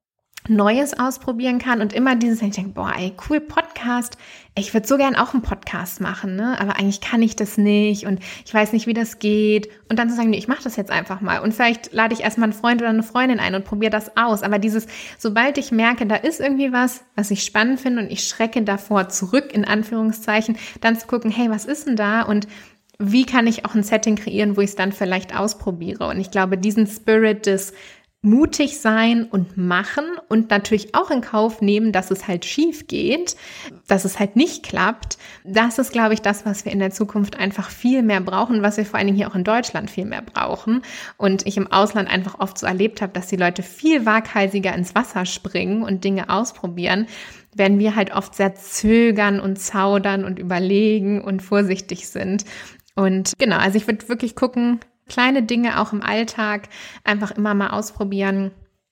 Neues ausprobieren kann und immer dieses, ich denke, boah, ey, cool, Podcast, ich würde so gern auch einen Podcast machen, ne? Aber eigentlich kann ich das nicht und ich weiß nicht, wie das geht. Und dann zu sagen, nee, ich mache das jetzt einfach mal und vielleicht lade ich erstmal einen Freund oder eine Freundin ein und probiere das aus. Aber dieses, sobald ich merke, da ist irgendwie was, was ich spannend finde und ich schrecke davor zurück, in Anführungszeichen, dann zu gucken, hey, was ist denn da und wie kann ich auch ein Setting kreieren, wo ich es dann vielleicht ausprobiere. Und ich glaube, diesen Spirit des mutig sein und machen und natürlich auch in Kauf nehmen, dass es halt schief geht, dass es halt nicht klappt. Das ist, glaube ich, das, was wir in der Zukunft einfach viel mehr brauchen, was wir vor allen Dingen hier auch in Deutschland viel mehr brauchen. Und ich im Ausland einfach oft so erlebt habe, dass die Leute viel waghalsiger ins Wasser springen und Dinge ausprobieren, wenn wir halt oft sehr zögern und zaudern und überlegen und vorsichtig sind. Und genau, also ich würde wirklich gucken, kleine Dinge auch im Alltag einfach immer mal ausprobieren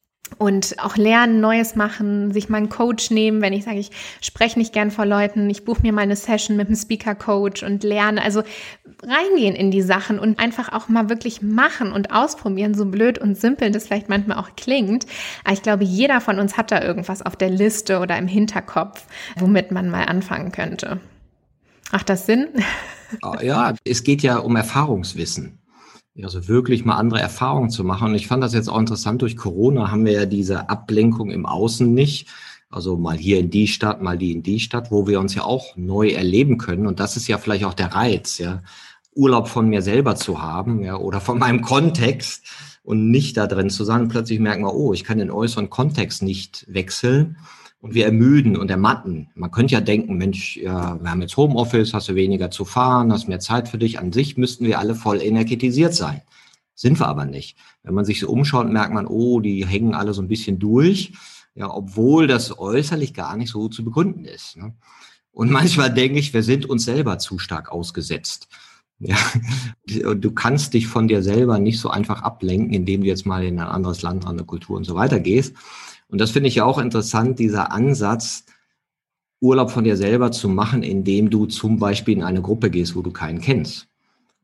und auch lernen, Neues machen, sich mal einen Coach nehmen, wenn ich sage, ich spreche nicht gern vor Leuten, ich buche mir mal eine Session mit einem Speaker-Coach und lerne, also reingehen in die Sachen und einfach auch mal wirklich machen und ausprobieren, so blöd und simpel das vielleicht manchmal auch klingt, aber ich glaube, jeder von uns hat da irgendwas auf der Liste oder im Hinterkopf, womit man mal anfangen könnte. Macht das Sinn? Ja, es geht ja um Erfahrungswissen. Also wirklich mal andere Erfahrungen zu machen. Und ich fand das jetzt auch interessant, durch Corona haben wir ja diese Ablenkung im Außen nicht. Also mal hier in die Stadt, mal die in die Stadt, wo wir uns ja auch neu erleben können. Und das ist ja vielleicht auch der Reiz, ja, Urlaub von mir selber zu haben, ja, oder von meinem Kontext und nicht da drin zu sein. Und plötzlich merken wir, oh, ich kann den äußeren Kontext nicht wechseln. Und wir ermüden und ermatten. Man könnte ja denken, Mensch, ja, wir haben jetzt Homeoffice, hast du weniger zu fahren, hast mehr Zeit für dich. An sich müssten wir alle voll energetisiert sein. Sind wir aber nicht. Wenn man sich so umschaut, merkt man, oh, die hängen alle so ein bisschen durch. Ja, obwohl das äußerlich gar nicht so zu begründen ist. Ne? Und manchmal denke ich, wir sind uns selber zu stark ausgesetzt. Ja, du kannst dich von dir selber nicht so einfach ablenken, indem du jetzt mal in ein anderes Land, andere Kultur und so weiter gehst. Und das finde ich ja auch interessant, dieser Ansatz, Urlaub von dir selber zu machen, indem du zum Beispiel in eine Gruppe gehst, wo du keinen kennst.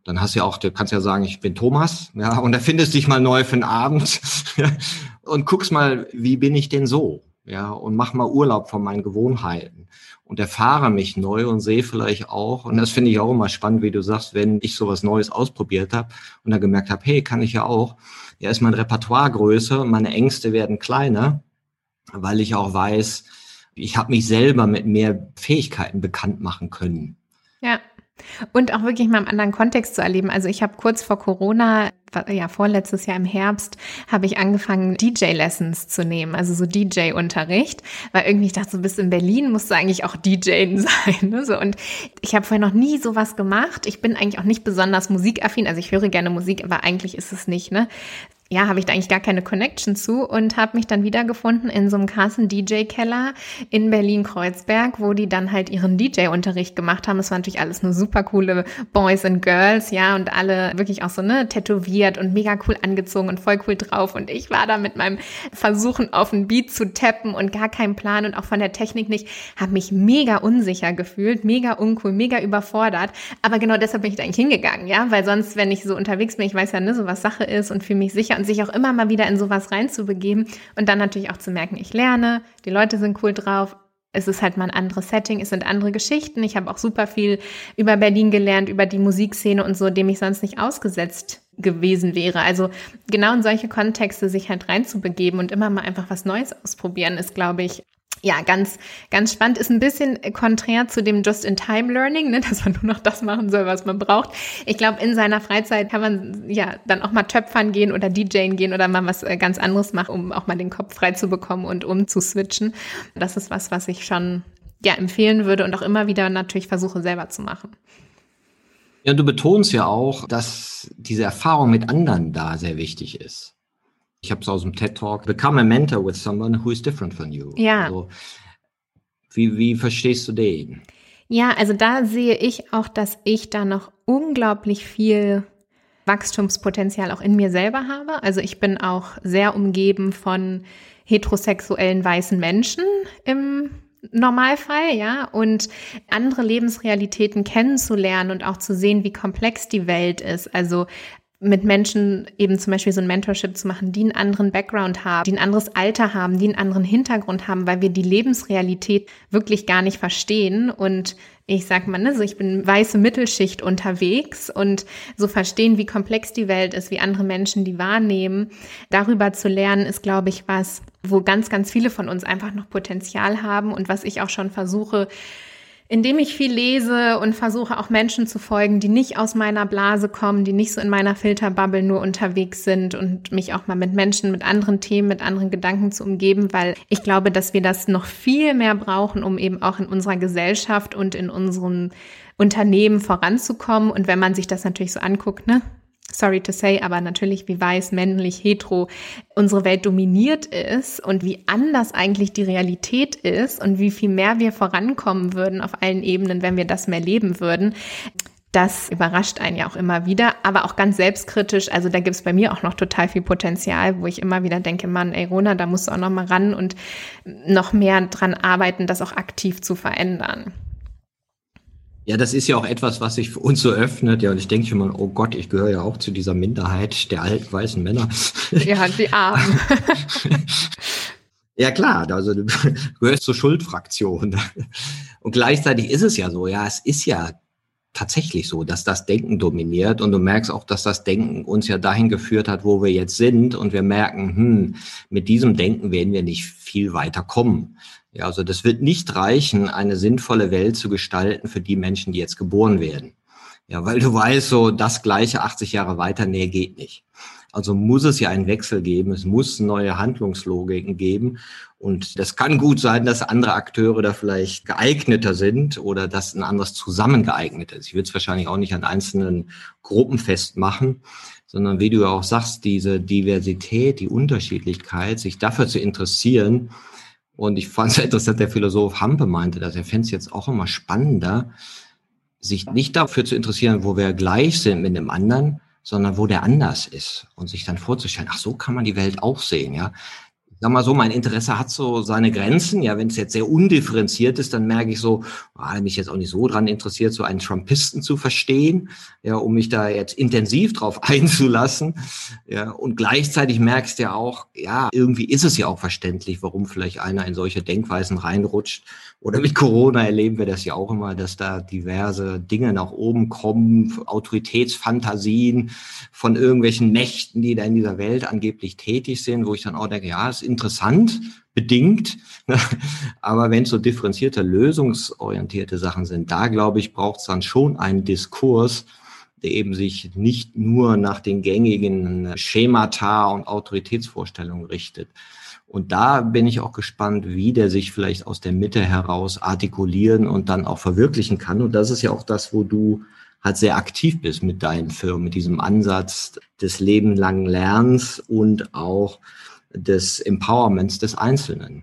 Dann hast du ja auch, du kannst ja sagen, ich bin Thomas, ja, und erfindest dich mal neu für einen Abend und guckst mal, wie bin ich denn so, ja, und mach mal Urlaub von meinen Gewohnheiten und erfahre mich neu und sehe vielleicht auch, und das finde ich auch immer spannend, wie du sagst, wenn ich sowas Neues ausprobiert habe und dann gemerkt habe, hey, kann ich ja auch, ja, ist mein Repertoire größer, meine Ängste werden kleiner, weil ich auch weiß, ich habe mich selber mit mehr Fähigkeiten bekannt machen können. Ja. Und auch wirklich mal im anderen Kontext zu erleben. Also ich habe kurz vor Corona, ja vorletztes Jahr im Herbst, habe ich angefangen, D J-Lessons zu nehmen, also so D J-Unterricht, weil irgendwie ich dachte, so bis in Berlin musst du eigentlich auch D J sein. Ne? So, und ich habe vorher noch nie sowas gemacht. Ich bin eigentlich auch nicht besonders musikaffin, also ich höre gerne Musik, aber eigentlich ist es nicht, ne? Ja, habe ich da eigentlich gar keine Connection zu und habe mich dann wiedergefunden in so einem krassen D J-Keller in Berlin-Kreuzberg, wo die dann halt ihren D J-Unterricht gemacht haben. Es waren natürlich alles nur super coole Boys and Girls, ja, und alle wirklich auch so, ne, tätowiert und mega cool angezogen und voll cool drauf. Und ich war da mit meinem Versuchen, auf einen Beat zu tappen und gar keinen Plan und auch von der Technik nicht, habe mich mega unsicher gefühlt, mega uncool, mega überfordert. Aber genau deshalb bin ich da eigentlich hingegangen, ja, weil sonst, wenn ich so unterwegs bin, ich weiß ja, ne, so was Sache ist und fühle mich sicher, und sich auch immer mal wieder in sowas reinzubegeben und dann natürlich auch zu merken, ich lerne, die Leute sind cool drauf, es ist halt mal ein anderes Setting, es sind andere Geschichten. Ich habe auch super viel über Berlin gelernt, über die Musikszene und so, dem ich sonst nicht ausgesetzt gewesen wäre. Also genau in solche Kontexte sich halt reinzubegeben und immer mal einfach was Neues ausprobieren, ist, glaube ich, ja, ganz, ganz spannend. Ist ein bisschen konträr zu dem Just-in-Time-Learning, ne, dass man nur noch das machen soll, was man braucht. Ich glaube, in seiner Freizeit kann man ja dann auch mal töpfern gehen oder DJen gehen oder mal was ganz anderes machen, um auch mal den Kopf frei zu bekommen und umzuswitchen. Das ist was, was ich schon ja empfehlen würde und auch immer wieder natürlich versuche selber zu machen. Ja, du betonst ja auch, dass diese Erfahrung mit anderen da sehr wichtig ist. Ich habe es aus dem TED-Talk, become a mentor with someone who is different from you. Ja. Also, wie, wie verstehst du den? Ja, also da sehe ich auch, dass ich da noch unglaublich viel Wachstumspotenzial auch in mir selber habe. Also ich bin auch sehr umgeben von heterosexuellen weißen Menschen im Normalfall, ja, und andere Lebensrealitäten kennenzulernen und auch zu sehen, wie komplex die Welt ist. Also mit Menschen eben zum Beispiel so ein Mentorship zu machen, die einen anderen Background haben, die ein anderes Alter haben, die einen anderen Hintergrund haben, weil wir die Lebensrealität wirklich gar nicht verstehen. Und ich sag mal, ne, so ich bin weiße Mittelschicht unterwegs und so verstehen, wie komplex die Welt ist, wie andere Menschen die wahrnehmen. Darüber zu lernen, ist, glaube ich, was, wo ganz, ganz viele von uns einfach noch Potenzial haben und was ich auch schon versuche, indem ich viel lese und versuche auch Menschen zu folgen, die nicht aus meiner Blase kommen, die nicht so in meiner Filterbubble nur unterwegs sind und mich auch mal mit Menschen, mit anderen Themen, mit anderen Gedanken zu umgeben, weil ich glaube, dass wir das noch viel mehr brauchen, um eben auch in unserer Gesellschaft und in unseren Unternehmen voranzukommen. Und wenn man sich das natürlich so anguckt, ne? Sorry to say, aber natürlich, wie weiß, männlich, hetero unsere Welt dominiert ist und wie anders eigentlich die Realität ist und wie viel mehr wir vorankommen würden auf allen Ebenen, wenn wir das mehr leben würden. Das überrascht einen ja auch immer wieder, aber auch ganz selbstkritisch. Also da gibt es bei mir auch noch total viel Potenzial, wo ich immer wieder denke, Mann, ey Rona, da musst du auch noch mal ran und noch mehr dran arbeiten, das auch aktiv zu verändern. Ja, das ist ja auch etwas, was sich für uns so öffnet. Ja, und ich denke schon mal, oh Gott, ich gehöre ja auch zu dieser Minderheit der alten weißen Männer. Ja, die Armen. Ja, klar, also du gehörst zur Schuldfraktion. Und gleichzeitig ist es ja so, ja, es ist ja tatsächlich so, dass das Denken dominiert und du merkst auch, dass das Denken uns ja dahin geführt hat, wo wir jetzt sind und wir merken, hm, mit diesem Denken werden wir nicht viel weiter kommen. Ja, also das wird nicht reichen, eine sinnvolle Welt zu gestalten für die Menschen, die jetzt geboren werden. Ja, weil du weißt, so das Gleiche achtzig Jahre weiter, nee, geht nicht. Also muss es ja einen Wechsel geben, es muss neue Handlungslogiken geben und das kann gut sein, dass andere Akteure da vielleicht geeigneter sind oder dass ein anderes zusammengeeignet ist. Ich würde es wahrscheinlich auch nicht an einzelnen Gruppen festmachen, sondern wie du ja auch sagst, diese Diversität, die Unterschiedlichkeit, sich dafür zu interessieren. Und ich fand es interessant, der Philosoph Hampe meinte, dass er fände es jetzt auch immer spannender, sich nicht dafür zu interessieren, wo wir gleich sind mit dem anderen, sondern wo der anders ist und sich dann vorzustellen, ach, so kann man die Welt auch sehen, ja. sag mal so, mein Interesse hat so seine Grenzen. Ja, wenn es jetzt sehr undifferenziert ist, dann merke ich so, ah, mich jetzt auch nicht so dran interessiert, so einen Trumpisten zu verstehen, ja, um mich da jetzt intensiv drauf einzulassen. Ja, und gleichzeitig merkst du ja auch, ja, irgendwie ist es ja auch verständlich, warum vielleicht einer in solche Denkweisen reinrutscht. Oder mit Corona erleben wir das ja auch immer, dass da diverse Dinge nach oben kommen, Autoritätsfantasien von irgendwelchen Mächten, die da in dieser Welt angeblich tätig sind, wo ich dann auch denke, ja, ist interessant, bedingt, aber wenn es so differenzierte, lösungsorientierte Sachen sind, da glaube ich, braucht es dann schon einen Diskurs, der eben sich nicht nur nach den gängigen Schemata und Autoritätsvorstellungen richtet. Und da bin ich auch gespannt, wie der sich vielleicht aus der Mitte heraus artikulieren und dann auch verwirklichen kann. Und das ist ja auch das, wo du halt sehr aktiv bist mit deinen Firmen, mit diesem Ansatz des lebenlangen Lernens und auch des Empowerments des Einzelnen.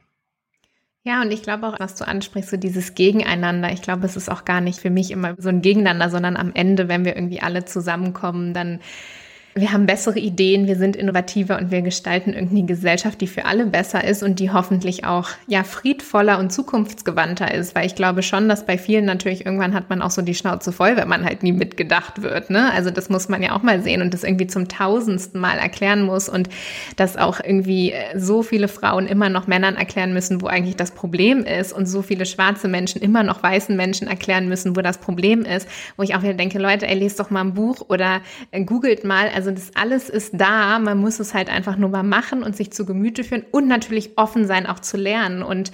Ja, und ich glaube auch, was du ansprichst, so dieses Gegeneinander. Ich glaube, es ist auch gar nicht für mich immer so ein Gegeneinander, sondern am Ende, wenn wir irgendwie alle zusammenkommen, dann wir haben bessere Ideen, wir sind innovativer und wir gestalten irgendwie eine Gesellschaft, die für alle besser ist und die hoffentlich auch ja friedvoller und zukunftsgewandter ist, weil ich glaube schon, dass bei vielen natürlich irgendwann hat man auch so die Schnauze voll, wenn man halt nie mitgedacht wird, ne? Also das muss man ja auch mal sehen und das irgendwie zum tausendsten Mal erklären muss und dass auch irgendwie so viele Frauen immer noch Männern erklären müssen, wo eigentlich das Problem ist und so viele schwarze Menschen immer noch weißen Menschen erklären müssen, wo das Problem ist, wo ich auch wieder denke, Leute, ey, lest doch mal ein Buch oder googelt mal, also Also das alles ist da, man muss es halt einfach nur mal machen und sich zu Gemüte führen und natürlich offen sein, auch zu lernen. Und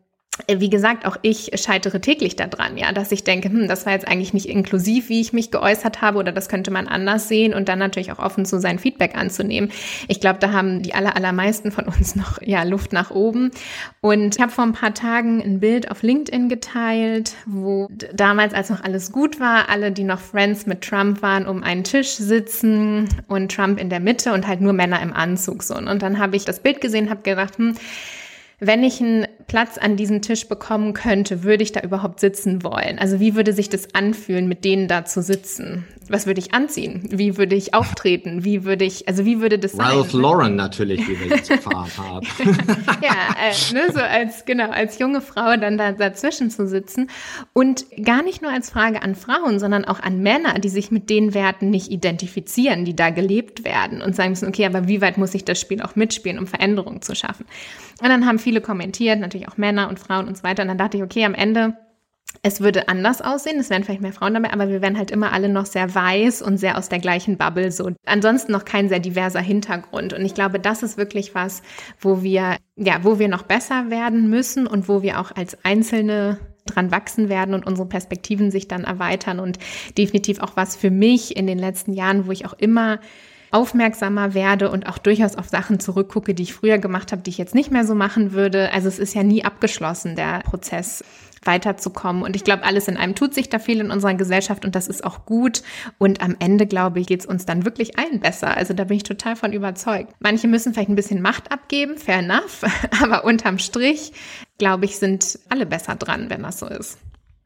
wie gesagt, auch ich scheitere täglich daran, ja, dass ich denke, hm, das war jetzt eigentlich nicht inklusiv, wie ich mich geäußert habe oder das könnte man anders sehen und dann natürlich auch offen zu sein, Feedback anzunehmen. Ich glaube, da haben die aller, allermeisten von uns noch ja Luft nach oben. Und ich habe vor ein paar Tagen ein Bild auf LinkedIn geteilt, wo damals, als noch alles gut war, alle, die noch Friends mit Trump waren, um einen Tisch sitzen und Trump in der Mitte und halt nur Männer im Anzug so. Und dann habe ich das Bild gesehen, habe gedacht, hm, wenn ich einen Platz an diesem Tisch bekommen könnte, würde ich da überhaupt sitzen wollen? Also wie würde sich das anfühlen, mit denen da zu sitzen? Was würde ich anziehen? Wie würde ich auftreten? Wie würde ich, also wie würde das sein? Ralph Lauren natürlich, wie wir jetzt erfahren haben. Ja, äh, ne, so als, genau, als junge Frau dann da dazwischen zu sitzen und gar nicht nur als Frage an Frauen, sondern auch an Männer, die sich mit den Werten nicht identifizieren, die da gelebt werden und sagen müssen, okay, aber wie weit muss ich das Spiel auch mitspielen, um Veränderungen zu schaffen? Und dann haben viele kommentiert, natürlich auch Männer und Frauen und so weiter. Und dann dachte ich, okay, am Ende, es würde anders aussehen, es wären vielleicht mehr Frauen dabei, aber wir wären halt immer alle noch sehr weiß und sehr aus der gleichen Bubble so. Ansonsten noch kein sehr diverser Hintergrund. Und ich glaube, das ist wirklich was, wo wir, ja, wo wir noch besser werden müssen und wo wir auch als Einzelne dran wachsen werden und unsere Perspektiven sich dann erweitern und definitiv auch was für mich in den letzten Jahren, wo ich auch immer aufmerksamer werde und auch durchaus auf Sachen zurückgucke, die ich früher gemacht habe, die ich jetzt nicht mehr so machen würde. Also es ist ja nie abgeschlossen, der Prozess weiterzukommen. Und ich glaube, alles in einem tut sich da viel in unserer Gesellschaft und das ist auch gut. Und am Ende, glaube ich, geht es uns dann wirklich allen besser. Also da bin ich total von überzeugt. Manche müssen vielleicht ein bisschen Macht abgeben, fair enough. Aber unterm Strich, glaube ich, sind alle besser dran, wenn das so ist.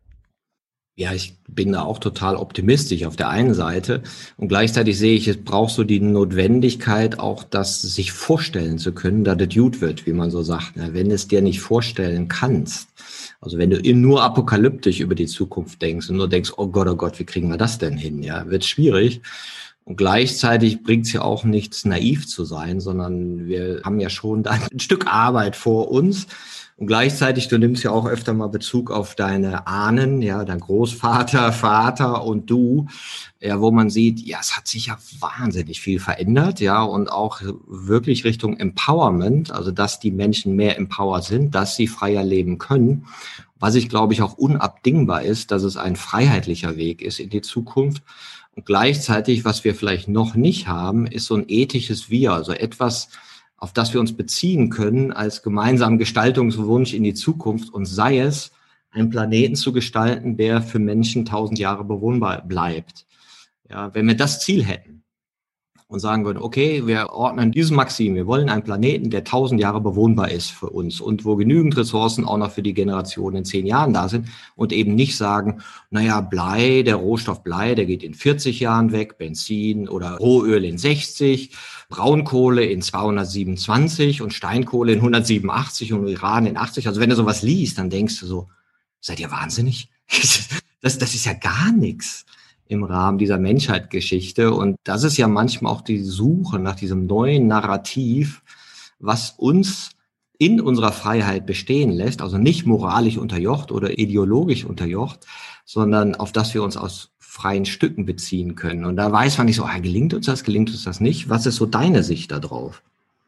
Ja, ich bin da auch total optimistisch auf der einen Seite und gleichzeitig sehe ich, es braucht so die Notwendigkeit auch, das sich vorstellen zu können, dass das gut wird, wie man so sagt. Wenn du es dir nicht vorstellen kannst, also wenn du nur apokalyptisch über die Zukunft denkst und nur denkst, oh Gott, oh Gott, wie kriegen wir das denn hin? Ja, wird schwierig. Und gleichzeitig bringt es ja auch nichts, naiv zu sein, sondern wir haben ja schon ein Stück Arbeit vor uns. Und gleichzeitig, du nimmst ja auch öfter mal Bezug auf deine Ahnen, ja, dein Großvater, Vater und du, ja, wo man sieht, ja, es hat sich ja wahnsinnig viel verändert, ja, und auch wirklich Richtung Empowerment, also dass die Menschen mehr empowered sind, dass sie freier leben können. Was ich, glaube ich, auch unabdingbar ist, dass es ein freiheitlicher Weg ist in die Zukunft. Und gleichzeitig, was wir vielleicht noch nicht haben, ist so ein ethisches Wir, also etwas, auf das wir uns beziehen können als gemeinsamen Gestaltungswunsch in die Zukunft und sei es, einen Planeten zu gestalten, der für Menschen tausend Jahre bewohnbar bleibt. Ja, wenn wir das Ziel hätten und sagen würden, okay, wir ordnen dieses Maxim, wir wollen einen Planeten, der tausend Jahre bewohnbar ist für uns und wo genügend Ressourcen auch noch für die Generation in zehn Jahren da sind und eben nicht sagen, naja, Blei, der Rohstoff Blei, der geht in vierzig Jahren weg, Benzin oder Rohöl in sechzig, Braunkohle in zweihundertsiebenundzwanzig und Steinkohle in hundertsiebenundachtzig und Uran in achtzig. Also wenn du sowas liest, dann denkst du so, seid ihr wahnsinnig? Das, das ist ja gar nichts im Rahmen dieser Menschheitsgeschichte. Und das ist ja manchmal auch die Suche nach diesem neuen Narrativ, was uns in unserer Freiheit bestehen lässt, also nicht moralisch unterjocht oder ideologisch unterjocht, sondern auf das wir uns aus freien Stücken beziehen können. Und da weiß man nicht so, ah, gelingt uns das, gelingt uns das nicht? Was ist so deine Sicht da drauf?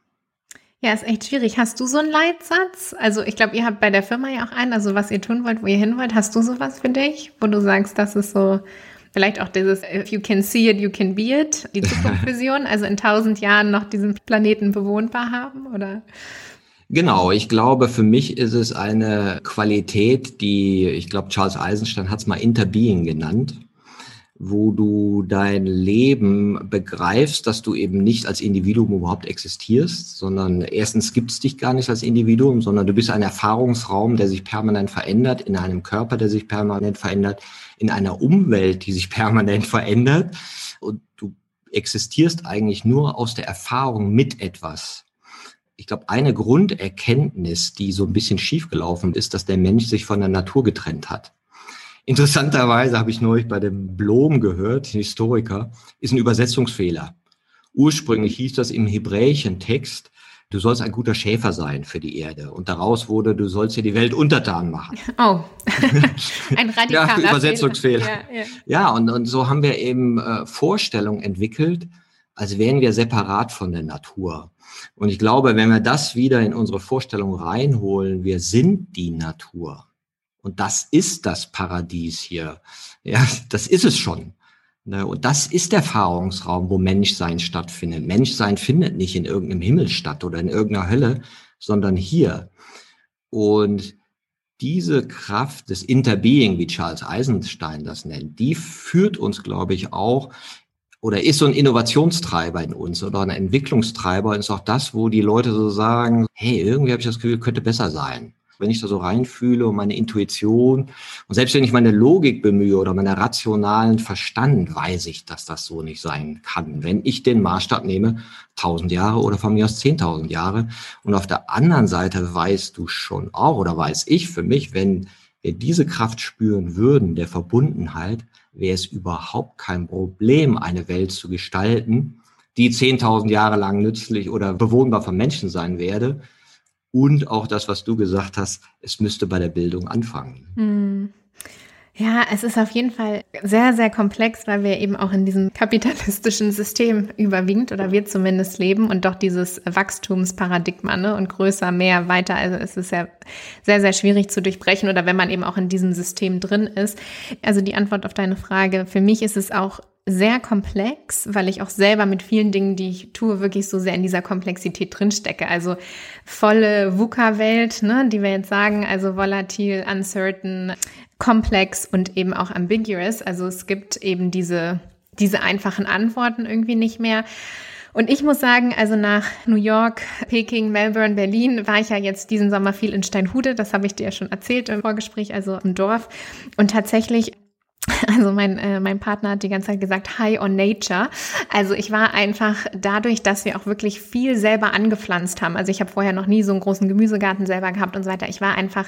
Ja, ist echt schwierig. Hast du so einen Leitsatz? Also ich glaube, ihr habt bei der Firma ja auch einen, also was ihr tun wollt, wo ihr hin wollt. Hast du sowas für dich, wo du sagst, das ist so vielleicht auch dieses if you can see it, you can be it, die Zukunftsvision, also in tausend Jahren noch diesen Planeten bewohnbar haben, oder? Genau, ich glaube, für mich ist es eine Qualität, die, ich glaube, Charles Eisenstein hat es mal Interbeing genannt, wo du dein Leben begreifst, dass du eben nicht als Individuum überhaupt existierst, sondern erstens gibt es dich gar nicht als Individuum, sondern du bist ein Erfahrungsraum, der sich permanent verändert, in einem Körper, der sich permanent verändert, in einer Umwelt, die sich permanent verändert. Und du existierst eigentlich nur aus der Erfahrung mit etwas. Ich glaube, eine Grunderkenntnis, die so ein bisschen schiefgelaufen ist, dass der Mensch sich von der Natur getrennt hat. Interessanterweise habe ich neulich bei dem Blom gehört, Historiker, ist ein Übersetzungsfehler. Ursprünglich hieß das im hebräischen Text, du sollst ein guter Schäfer sein für die Erde. Und daraus wurde, du sollst dir die Welt untertan machen. Oh, ein radikaler ja, Übersetzungsfehler. Ja, ja. ja und, und so haben wir eben äh, Vorstellungen entwickelt, als wären wir separat von der Natur. Und ich glaube, wenn wir das wieder in unsere Vorstellung reinholen, wir sind die Natur. Und das ist das Paradies hier. Ja, das ist es schon. Und das ist der Erfahrungsraum, wo Menschsein stattfindet. Menschsein findet nicht in irgendeinem Himmel statt oder in irgendeiner Hölle, sondern hier. Und diese Kraft des Interbeing, wie Charles Eisenstein das nennt, die führt uns, glaube ich, auch oder ist so ein Innovationstreiber in uns oder ein Entwicklungstreiber. Und ist auch das, wo die Leute so sagen, hey, irgendwie habe ich das Gefühl, könnte besser sein. Wenn ich da so reinfühle und meine Intuition und selbst wenn ich meine Logik bemühe oder meinen rationalen Verstand, weiß ich, dass das so nicht sein kann. Wenn ich den Maßstab nehme, tausend Jahre oder von mir aus zehntausend Jahre. Und auf der anderen Seite weißt du schon auch oder weiß ich für mich, wenn wir diese Kraft spüren würden, der Verbundenheit, wäre es überhaupt kein Problem, eine Welt zu gestalten, die zehntausend Jahre lang nützlich oder bewohnbar von Menschen sein werde. Und auch das, was du gesagt hast, es müsste bei der Bildung anfangen. Hm. Ja, es ist auf jeden Fall sehr, sehr komplex, weil wir eben auch in diesem kapitalistischen System überwiegend oder wir zumindest leben und doch dieses Wachstumsparadigma, ne, und größer, mehr, weiter. Also es ist ja sehr, sehr schwierig zu durchbrechen oder wenn man eben auch in diesem System drin ist. Also die Antwort auf deine Frage, für mich ist es auch sehr komplex, weil ich auch selber mit vielen Dingen, die ich tue, wirklich so sehr in dieser Komplexität drinstecke. Also volle VUCA-Welt, ne, die wir jetzt sagen, also volatil, uncertain, komplex und eben auch ambiguous. Also es gibt eben diese, diese einfachen Antworten irgendwie nicht mehr. Und ich muss sagen, also nach New York, Peking, Melbourne, Berlin war ich ja jetzt diesen Sommer viel in Steinhude. Das habe ich dir ja schon erzählt im Vorgespräch, also im Dorf. Und tatsächlich, also mein, äh, mein Partner hat die ganze Zeit gesagt, high on nature. Also ich war einfach dadurch, dass wir auch wirklich viel selber angepflanzt haben. Also ich habe vorher noch nie so einen großen Gemüsegarten selber gehabt und so weiter. Ich war einfach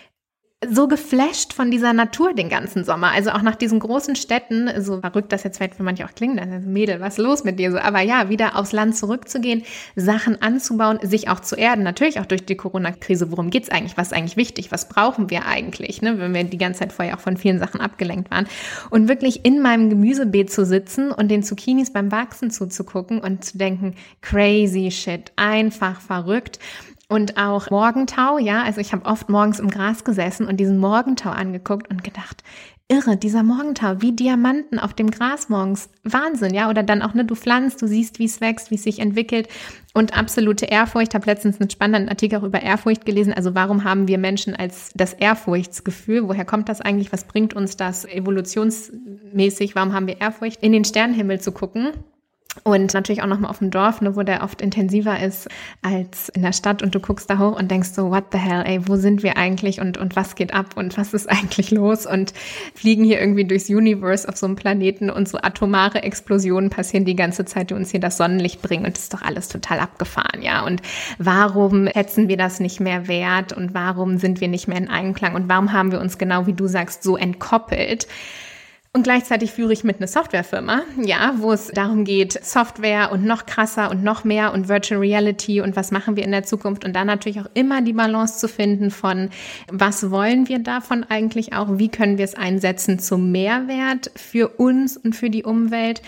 so geflasht von dieser Natur den ganzen Sommer. Also auch nach diesen großen Städten, so verrückt das jetzt vielleicht für manche auch klingt, also Mädel, was ist los mit dir so? Aber ja, wieder aufs Land zurückzugehen, Sachen anzubauen, sich auch zu erden. Natürlich auch durch die Corona-Krise. Worum geht's eigentlich? Was ist eigentlich wichtig? Was brauchen wir eigentlich? Ne? Wenn wir die ganze Zeit vorher auch von vielen Sachen abgelenkt waren. Und wirklich in meinem Gemüsebeet zu sitzen und den Zucchinis beim Wachsen zuzugucken und zu denken, crazy shit, einfach verrückt. Und auch Morgentau, ja, also ich habe oft morgens im Gras gesessen und diesen Morgentau angeguckt und gedacht, irre, dieser Morgentau, wie Diamanten auf dem Gras morgens, Wahnsinn, ja, oder dann auch, ne, du pflanzt, du siehst, wie es wächst, wie es sich entwickelt und absolute Ehrfurcht, habe letztens einen spannenden Artikel auch über Ehrfurcht gelesen, also warum haben wir Menschen als das Ehrfurchtsgefühl, woher kommt das eigentlich, was bringt uns das evolutionsmäßig, warum haben wir Ehrfurcht, in den Sternenhimmel zu gucken? Und natürlich auch nochmal auf dem Dorf, ne, wo der oft intensiver ist als in der Stadt und du guckst da hoch und denkst so, what the hell, ey, wo sind wir eigentlich und, und was geht ab und was ist eigentlich los und fliegen hier irgendwie durchs Universe auf so einem Planeten und so atomare Explosionen passieren die ganze Zeit, die uns hier das Sonnenlicht bringen und das ist doch alles total abgefahren, ja. Und warum schätzen wir das nicht mehr wert und warum sind wir nicht mehr in Einklang und warum haben wir uns genau wie du sagst so entkoppelt? Und gleichzeitig führe ich mit einer Softwarefirma, ja, wo es darum geht, Software und noch krasser und noch mehr und Virtual Reality und was machen wir in der Zukunft und dann natürlich auch immer die Balance zu finden von, was wollen wir davon eigentlich auch, wie können wir es einsetzen zum Mehrwert für uns und für die Umwelt.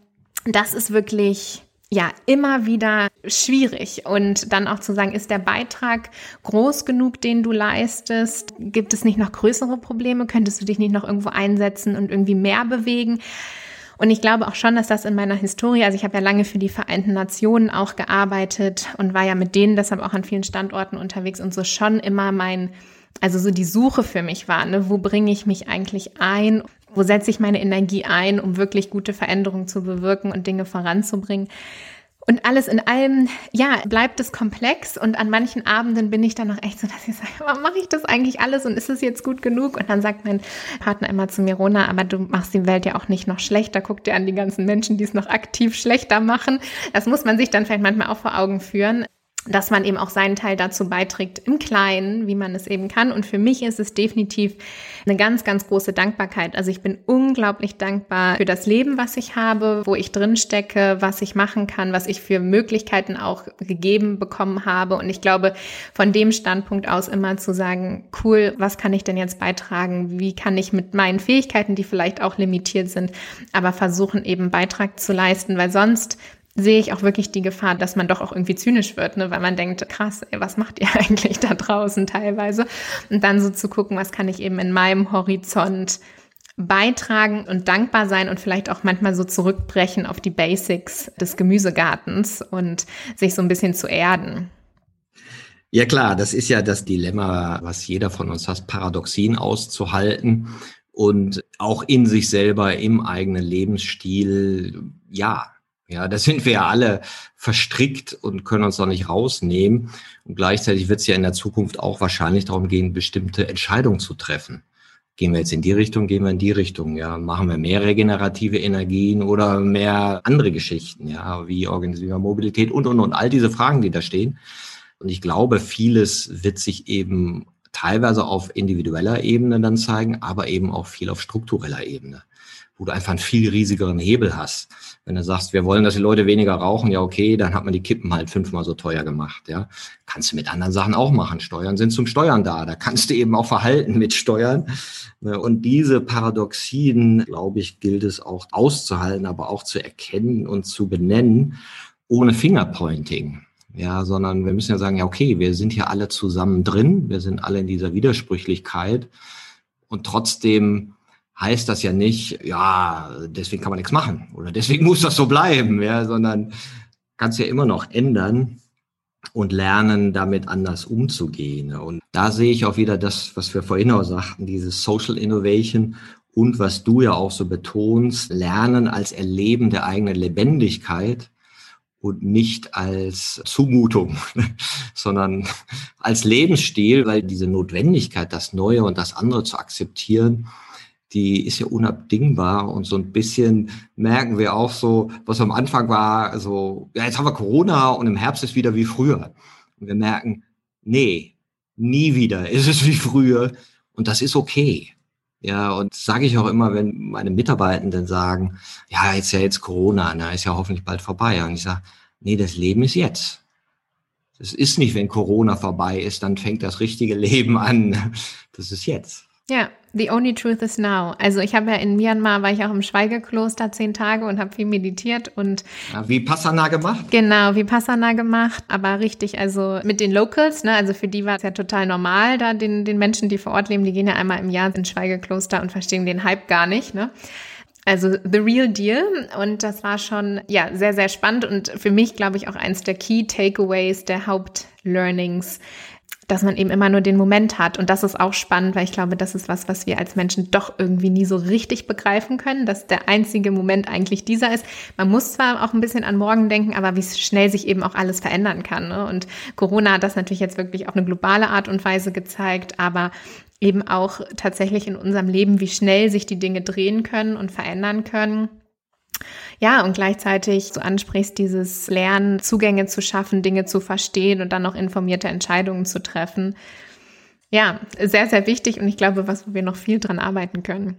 Das ist wirklich ja, immer wieder schwierig und dann auch zu sagen, ist der Beitrag groß genug, den du leistest? Gibt es nicht noch größere Probleme? Könntest du dich nicht noch irgendwo einsetzen und irgendwie mehr bewegen? Und ich glaube auch schon, dass das in meiner Historie, also ich habe ja lange für die Vereinten Nationen auch gearbeitet und war ja mit denen deshalb auch an vielen Standorten unterwegs und so schon immer mein, also so die Suche für mich war, ne, wo bringe ich mich eigentlich ein? Wo setze ich meine Energie ein, um wirklich gute Veränderungen zu bewirken und Dinge voranzubringen? Und alles in allem, ja, bleibt es komplex und an manchen Abenden bin ich dann noch echt so, dass ich sage, warum mache ich das eigentlich alles und ist es jetzt gut genug? Und dann sagt mein Partner immer zu mir, Rona, aber du machst die Welt ja auch nicht noch schlechter. Guck dir an die ganzen Menschen, die es noch aktiv schlechter machen. Das muss man sich dann vielleicht manchmal auch vor Augen führen, dass man eben auch seinen Teil dazu beiträgt, im Kleinen, wie man es eben kann. Und für mich ist es definitiv eine ganz, ganz große Dankbarkeit. Also ich bin unglaublich dankbar für das Leben, was ich habe, wo ich drin stecke, was ich machen kann, was ich für Möglichkeiten auch gegeben bekommen habe. Und ich glaube, von dem Standpunkt aus immer zu sagen, cool, was kann ich denn jetzt beitragen? Wie kann ich mit meinen Fähigkeiten, die vielleicht auch limitiert sind, aber versuchen eben Beitrag zu leisten, weil sonst sehe ich auch wirklich die Gefahr, dass man doch auch irgendwie zynisch wird, ne? Weil man denkt, krass, ey, was macht ihr eigentlich da draußen teilweise? Und dann so zu gucken, was kann ich eben in meinem Horizont beitragen und dankbar sein und vielleicht auch manchmal so zurückbrechen auf die Basics des Gemüsegartens und sich so ein bisschen zu erden. Ja klar, das ist ja das Dilemma, was jeder von uns hat, Paradoxien auszuhalten und auch in sich selber, im eigenen Lebensstil, ja, Ja, da sind wir ja alle verstrickt und können uns da nicht rausnehmen. Und gleichzeitig wird es ja in der Zukunft auch wahrscheinlich darum gehen, bestimmte Entscheidungen zu treffen. Gehen wir jetzt in die Richtung, gehen wir in die Richtung, ja, machen wir mehr regenerative Energien oder mehr andere Geschichten, ja, wie organisieren wir Mobilität und, und, und, all diese Fragen, die da stehen. Und ich glaube, vieles wird sich eben teilweise auf individueller Ebene dann zeigen, aber eben auch viel auf struktureller Ebene, wo du einfach einen viel riesigeren Hebel hast. Wenn du sagst, wir wollen, dass die Leute weniger rauchen, ja okay, dann hat man die Kippen halt fünfmal so teuer gemacht, ja. Kannst du mit anderen Sachen auch machen. Steuern sind zum Steuern da. Da kannst du eben auch Verhalten mit steuern. Und diese Paradoxien, glaube ich, gilt es auch auszuhalten, aber auch zu erkennen und zu benennen, ohne Fingerpointing. Ja, sondern wir müssen ja sagen, ja okay, wir sind hier alle zusammen drin, wir sind alle in dieser Widersprüchlichkeit und trotzdem heißt das ja nicht, ja, deswegen kann man nichts machen oder deswegen muss das so bleiben, ja, sondern kannst ja immer noch ändern und lernen, damit anders umzugehen. Und da sehe ich auch wieder das, was wir vorhin auch sagten, dieses Social Innovation und was du ja auch so betonst, Lernen als Erleben der eigenen Lebendigkeit und nicht als Zumutung, sondern als Lebensstil, weil diese Notwendigkeit, das Neue und das andere zu akzeptieren, die ist ja unabdingbar und so ein bisschen merken wir auch so, was am Anfang war, so, ja, jetzt haben wir Corona und im Herbst ist wieder wie früher. Und wir merken, nee, nie wieder ist es wie früher und das ist okay. Ja, und das sage ich auch immer, wenn meine Mitarbeitenden sagen, ja, jetzt ist ja jetzt Corona, na, ist ja hoffentlich bald vorbei. Und ich sage, nee, das Leben ist jetzt. Das ist nicht, wenn Corona vorbei ist, dann fängt das richtige Leben an. Das ist jetzt. Ja, the only truth is now. Also ich habe ja in Myanmar, war ich auch im Schweigekloster zehn Tage und habe viel meditiert und ja, wie Vipassana gemacht? Genau, wie Vipassana gemacht, aber richtig, also mit den Locals, ne, also für die war es ja total normal, da den den Menschen, die vor Ort leben, die gehen ja einmal im Jahr ins Schweigekloster und verstehen den Hype gar nicht, ne? Also the real deal und das war schon ja sehr, sehr spannend und für mich, glaube ich, auch eins der Key Takeaways, der Hauptlearnings, dass man eben immer nur den Moment hat. Und das ist auch spannend, weil ich glaube, das ist was, was wir als Menschen doch irgendwie nie so richtig begreifen können, dass der einzige Moment eigentlich dieser ist. Man muss zwar auch ein bisschen an morgen denken, aber wie schnell sich eben auch alles verändern kann, ne? Und Corona hat das natürlich jetzt wirklich auf eine globale Art und Weise gezeigt, aber eben auch tatsächlich in unserem Leben, wie schnell sich die Dinge drehen können und verändern können. Ja, und gleichzeitig, du ansprichst, dieses Lernen, Zugänge zu schaffen, Dinge zu verstehen und dann noch informierte Entscheidungen zu treffen. Ja, sehr, sehr wichtig und ich glaube, was wir noch viel dran arbeiten können.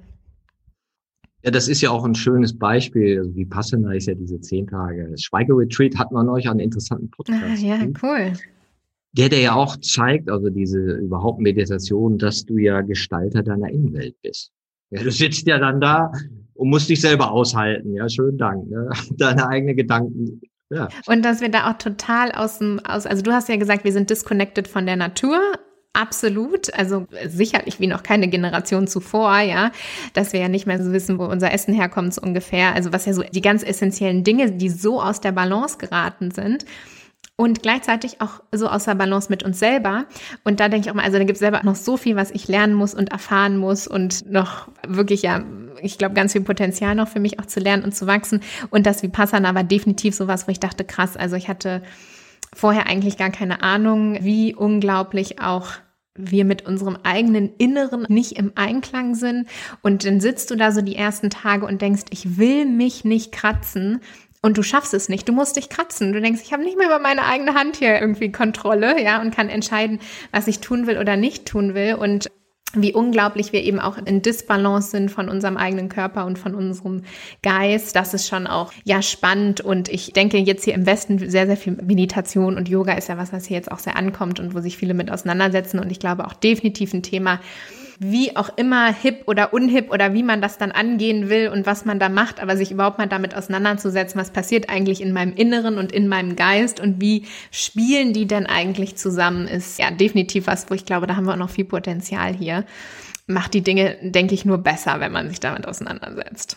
Ja, das ist ja auch ein schönes Beispiel. Also Vipassana ist ja diese zehn Tage Schweigeretreat, hatten wir neulich einen interessanten Podcast. Ah, ja, cool. Der, der ja auch zeigt, also diese überhaupt Meditation, dass du ja Gestalter deiner Innenwelt bist. Ja, du sitzt ja dann da und musst dich selber aushalten. Ja, schönen Dank. Ne? Deine eigenen Gedanken. Ja. Und dass wir da auch total aus dem, aus, also du hast ja gesagt, wir sind disconnected von der Natur. Absolut, also sicherlich wie noch keine Generation zuvor, ja, dass wir ja nicht mehr so wissen, wo unser Essen herkommt so ungefähr. Also was ja so die ganz essentiellen Dinge, die so aus der Balance geraten sind. Und gleichzeitig auch so aus der Balance mit uns selber. Und da denke ich auch mal, also da gibt es selber noch so viel, was ich lernen muss und erfahren muss und noch wirklich, ja, ich glaube, ganz viel Potenzial noch für mich auch zu lernen und zu wachsen. Und das Vipassana war definitiv sowas, wo ich dachte, krass, also ich hatte vorher eigentlich gar keine Ahnung, wie unglaublich auch wir mit unserem eigenen Inneren nicht im Einklang sind. Und dann sitzt du da so die ersten Tage und denkst, ich will mich nicht kratzen. Und du schaffst es nicht, du musst dich kratzen. Du denkst, ich habe nicht mehr über meine eigene Hand hier irgendwie Kontrolle, ja, und kann entscheiden, was ich tun will oder nicht tun will. Und wie unglaublich wir eben auch in Disbalance sind von unserem eigenen Körper und von unserem Geist. Das ist schon auch, ja, spannend. Und ich denke jetzt hier im Westen sehr, sehr viel Meditation und Yoga ist ja was, was hier jetzt auch sehr ankommt und wo sich viele mit auseinandersetzen. Und ich glaube auch definitiv ein Thema, wie auch immer hip oder unhip oder wie man das dann angehen will und was man da macht, aber sich überhaupt mal damit auseinanderzusetzen, was passiert eigentlich in meinem Inneren und in meinem Geist und wie spielen die denn eigentlich zusammen, ist ja definitiv was, wo ich glaube, da haben wir auch noch viel Potenzial hier. Macht die Dinge, denke ich, nur besser, wenn man sich damit auseinandersetzt.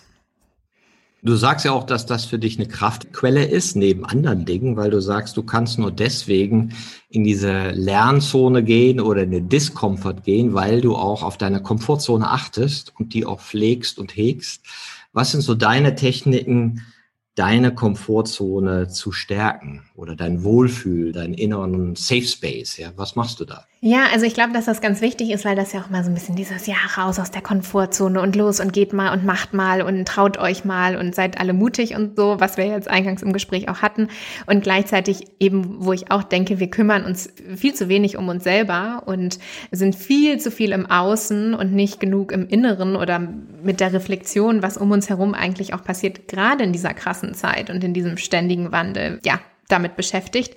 Du sagst ja auch, dass das für dich eine Kraftquelle ist, neben anderen Dingen, weil du sagst, du kannst nur deswegen in diese Lernzone gehen oder in den Discomfort gehen, weil du auch auf deine Komfortzone achtest und die auch pflegst und hegst. Was sind so deine Techniken, deine Komfortzone zu stärken oder dein Wohlfühl, deinen inneren Safe Space? Ja, was machst du da? Ja, also ich glaube, dass das ganz wichtig ist, weil das ja auch mal so ein bisschen dieses, ja, raus aus der Komfortzone und los und geht mal und macht mal und traut euch mal und seid alle mutig und so, was wir jetzt eingangs im Gespräch auch hatten. Und gleichzeitig eben, wo ich auch denke, wir kümmern uns viel zu wenig um uns selber und sind viel zu viel im Außen und nicht genug im Inneren oder mit der Reflexion, was um uns herum eigentlich auch passiert, gerade in dieser krassen Zeit und in diesem ständigen Wandel, ja, damit beschäftigt.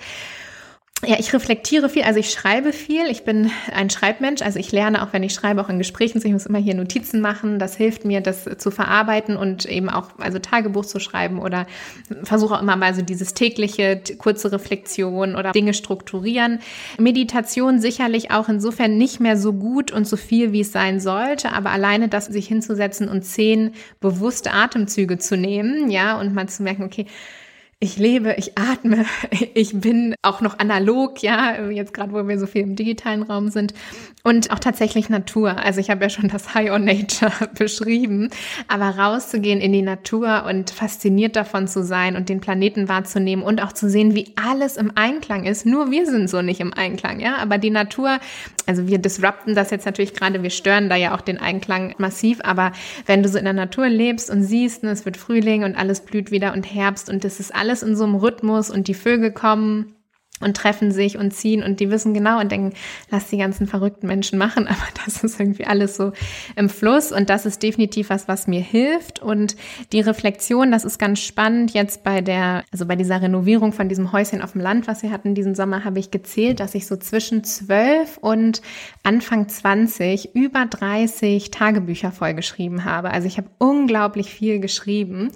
Ja, ich reflektiere viel, also ich schreibe viel, ich bin ein Schreibmensch, also ich lerne auch, wenn ich schreibe, auch in Gesprächen, ich muss immer hier Notizen machen, das hilft mir, das zu verarbeiten und eben auch, also Tagebuch zu schreiben oder versuche auch immer mal so dieses tägliche, kurze Reflexion oder Dinge strukturieren. Meditation sicherlich auch insofern nicht mehr so gut und so viel, wie es sein sollte, aber alleine das, sich hinzusetzen und zehn bewusste Atemzüge zu nehmen, ja, und mal zu merken, okay, ich lebe, ich atme, ich bin auch noch analog, ja, jetzt gerade, wo wir so viel im digitalen Raum sind und auch tatsächlich Natur. Also ich habe ja schon das High on Nature beschrieben, aber rauszugehen in die Natur und fasziniert davon zu sein und den Planeten wahrzunehmen und auch zu sehen, wie alles im Einklang ist. Nur wir sind so nicht im Einklang, ja, aber die Natur, also wir disrupten das jetzt natürlich gerade, wir stören da ja auch den Einklang massiv, aber wenn du so in der Natur lebst und siehst, es wird Frühling und alles blüht wieder und Herbst und das ist alles Alles in so einem Rhythmus und die Vögel kommen und treffen sich und ziehen und die wissen genau und denken, lass die ganzen verrückten Menschen machen, aber das ist irgendwie alles so im Fluss und das ist definitiv was, was mir hilft und die Reflexion, das ist ganz spannend jetzt bei der, also bei dieser Renovierung von diesem Häuschen auf dem Land, was wir hatten diesen Sommer, habe ich gezählt, dass ich so zwischen zwölf und Anfang zwanzig über dreißig Tagebücher vollgeschrieben habe, also ich habe unglaublich viel geschrieben.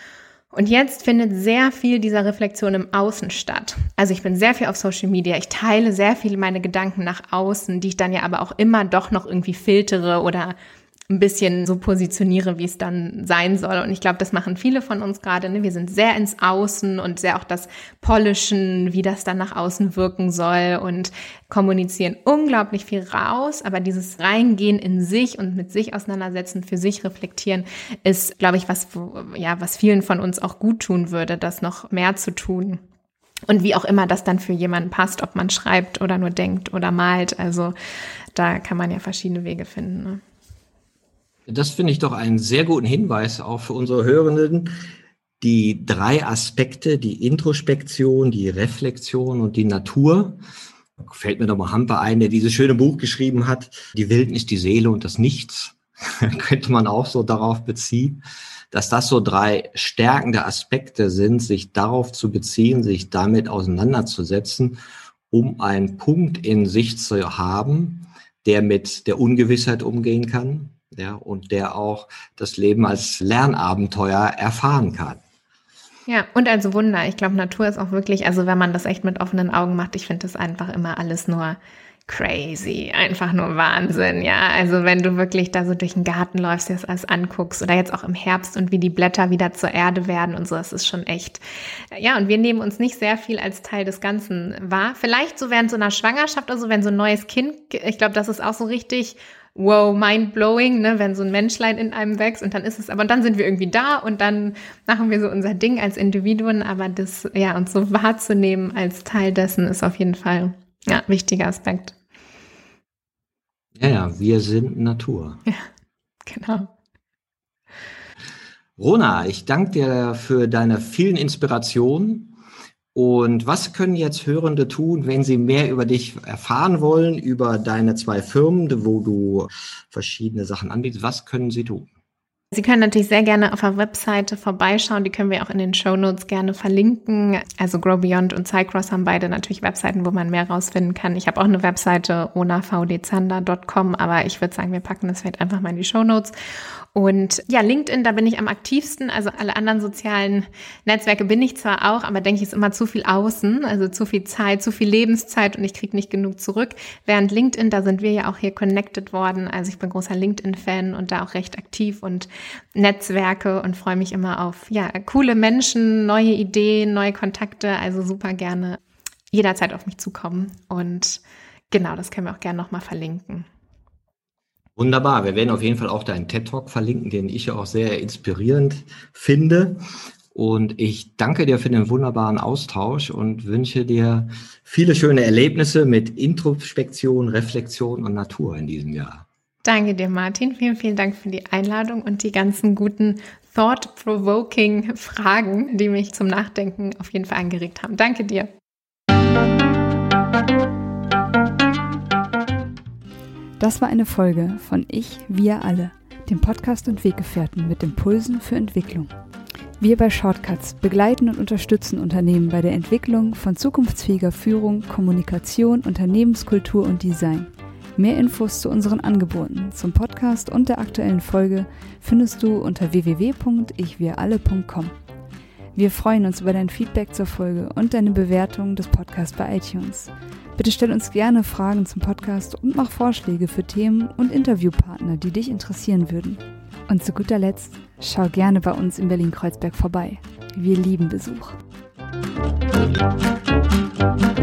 Und jetzt findet sehr viel dieser Reflexion im Außen statt. Also ich bin sehr viel auf Social Media, ich teile sehr viel meine Gedanken nach außen, die ich dann ja aber auch immer doch noch irgendwie filtere oder ein bisschen so positioniere, wie es dann sein soll. Und ich glaube, das machen viele von uns gerade. Ne? Wir sind sehr ins Außen und sehr auch das Polischen, wie das dann nach außen wirken soll und kommunizieren unglaublich viel raus. Aber dieses Reingehen in sich und mit sich auseinandersetzen, für sich reflektieren, ist, glaube ich, was, ja, was vielen von uns auch gut tun würde, das noch mehr zu tun. Und wie auch immer das dann für jemanden passt, ob man schreibt oder nur denkt oder malt. Also da kann man ja verschiedene Wege finden. Ne? Das finde ich doch einen sehr guten Hinweis auch für unsere Hörenden. Die drei Aspekte, die Introspektion, die Reflexion und die Natur. Fällt mir nochmal Hampe ein, der dieses schöne Buch geschrieben hat. Die Wildnis, die Seele und das Nichts. Könnte man auch so darauf beziehen, dass das so drei stärkende Aspekte sind, sich darauf zu beziehen, sich damit auseinanderzusetzen, um einen Punkt in sich zu haben, der mit der Ungewissheit umgehen kann. Ja, und der auch das Leben als Lernabenteuer erfahren kann. Ja, und als Wunder. Ich glaube, Natur ist auch wirklich, also wenn man das echt mit offenen Augen macht, ich finde das einfach immer alles nur crazy, einfach nur Wahnsinn, ja. Also wenn du wirklich da so durch den Garten läufst, dir das alles anguckst oder jetzt auch im Herbst und wie die Blätter wieder zur Erde werden und so, das ist schon echt, ja, und wir nehmen uns nicht sehr viel als Teil des Ganzen wahr. Vielleicht so während so einer Schwangerschaft, also wenn so ein neues Kind, ich glaube, das ist auch so richtig wow, mind-blowing, ne, wenn so ein Menschlein in einem wächst und dann ist es, aber dann sind wir irgendwie da und dann machen wir so unser Ding als Individuen, aber das, ja, uns so wahrzunehmen als Teil dessen ist auf jeden Fall, ja, ein wichtiger Aspekt. Ja, ja, wir sind Natur. Ja, genau. Rona, ich danke dir für deine vielen Inspirationen. Und was können jetzt Hörende tun, wenn sie mehr über dich erfahren wollen, über deine zwei Firmen, wo du verschiedene Sachen anbietest? Was können sie tun? Sie können natürlich sehr gerne auf der Webseite vorbeischauen. Die können wir auch in den Shownotes gerne verlinken. Also Grow Beyond und Cycross haben beide natürlich Webseiten, wo man mehr rausfinden kann. Ich habe auch eine Webseite rona v d zander punkt com, aber ich würde sagen, wir packen das vielleicht einfach mal in die Shownotes. Und ja, LinkedIn, da bin ich am aktivsten. Also alle anderen sozialen Netzwerke bin ich zwar auch, aber denke ich, ist immer zu viel außen, also zu viel Zeit, zu viel Lebenszeit und ich kriege nicht genug zurück. Während LinkedIn, da sind wir ja auch hier connected worden. Also ich bin großer LinkedIn-Fan und da auch recht aktiv und Netzwerke und freue mich immer auf ja coole Menschen, neue Ideen, neue Kontakte. Also super gerne jederzeit auf mich zukommen. Und genau, das können wir auch gerne nochmal verlinken. Wunderbar, wir werden auf jeden Fall auch deinen TED-Talk verlinken, den ich auch sehr inspirierend finde. Und ich danke dir für den wunderbaren Austausch und wünsche dir viele schöne Erlebnisse mit Introspektion, Reflexion und Natur in diesem Jahr. Danke dir, Martin. Vielen, vielen Dank für die Einladung und die ganzen guten thought-provoking Fragen, die mich zum Nachdenken auf jeden Fall angeregt haben. Danke dir. Das war eine Folge von Ich, wir alle, dem Podcast und Weggefährten mit Impulsen für Entwicklung. Wir bei Shortcuts begleiten und unterstützen Unternehmen bei der Entwicklung von zukunftsfähiger Führung, Kommunikation, Unternehmenskultur und Design. Mehr Infos zu unseren Angeboten, zum Podcast und der aktuellen Folge findest du unter w w w punkt ich wir alle punkt com. Wir freuen uns über dein Feedback zur Folge und deine Bewertung des Podcasts bei iTunes. Bitte stell uns gerne Fragen zum Podcast und mach Vorschläge für Themen und Interviewpartner, die dich interessieren würden. Und zu guter Letzt, schau gerne bei uns in Berlin-Kreuzberg vorbei. Wir lieben Besuch.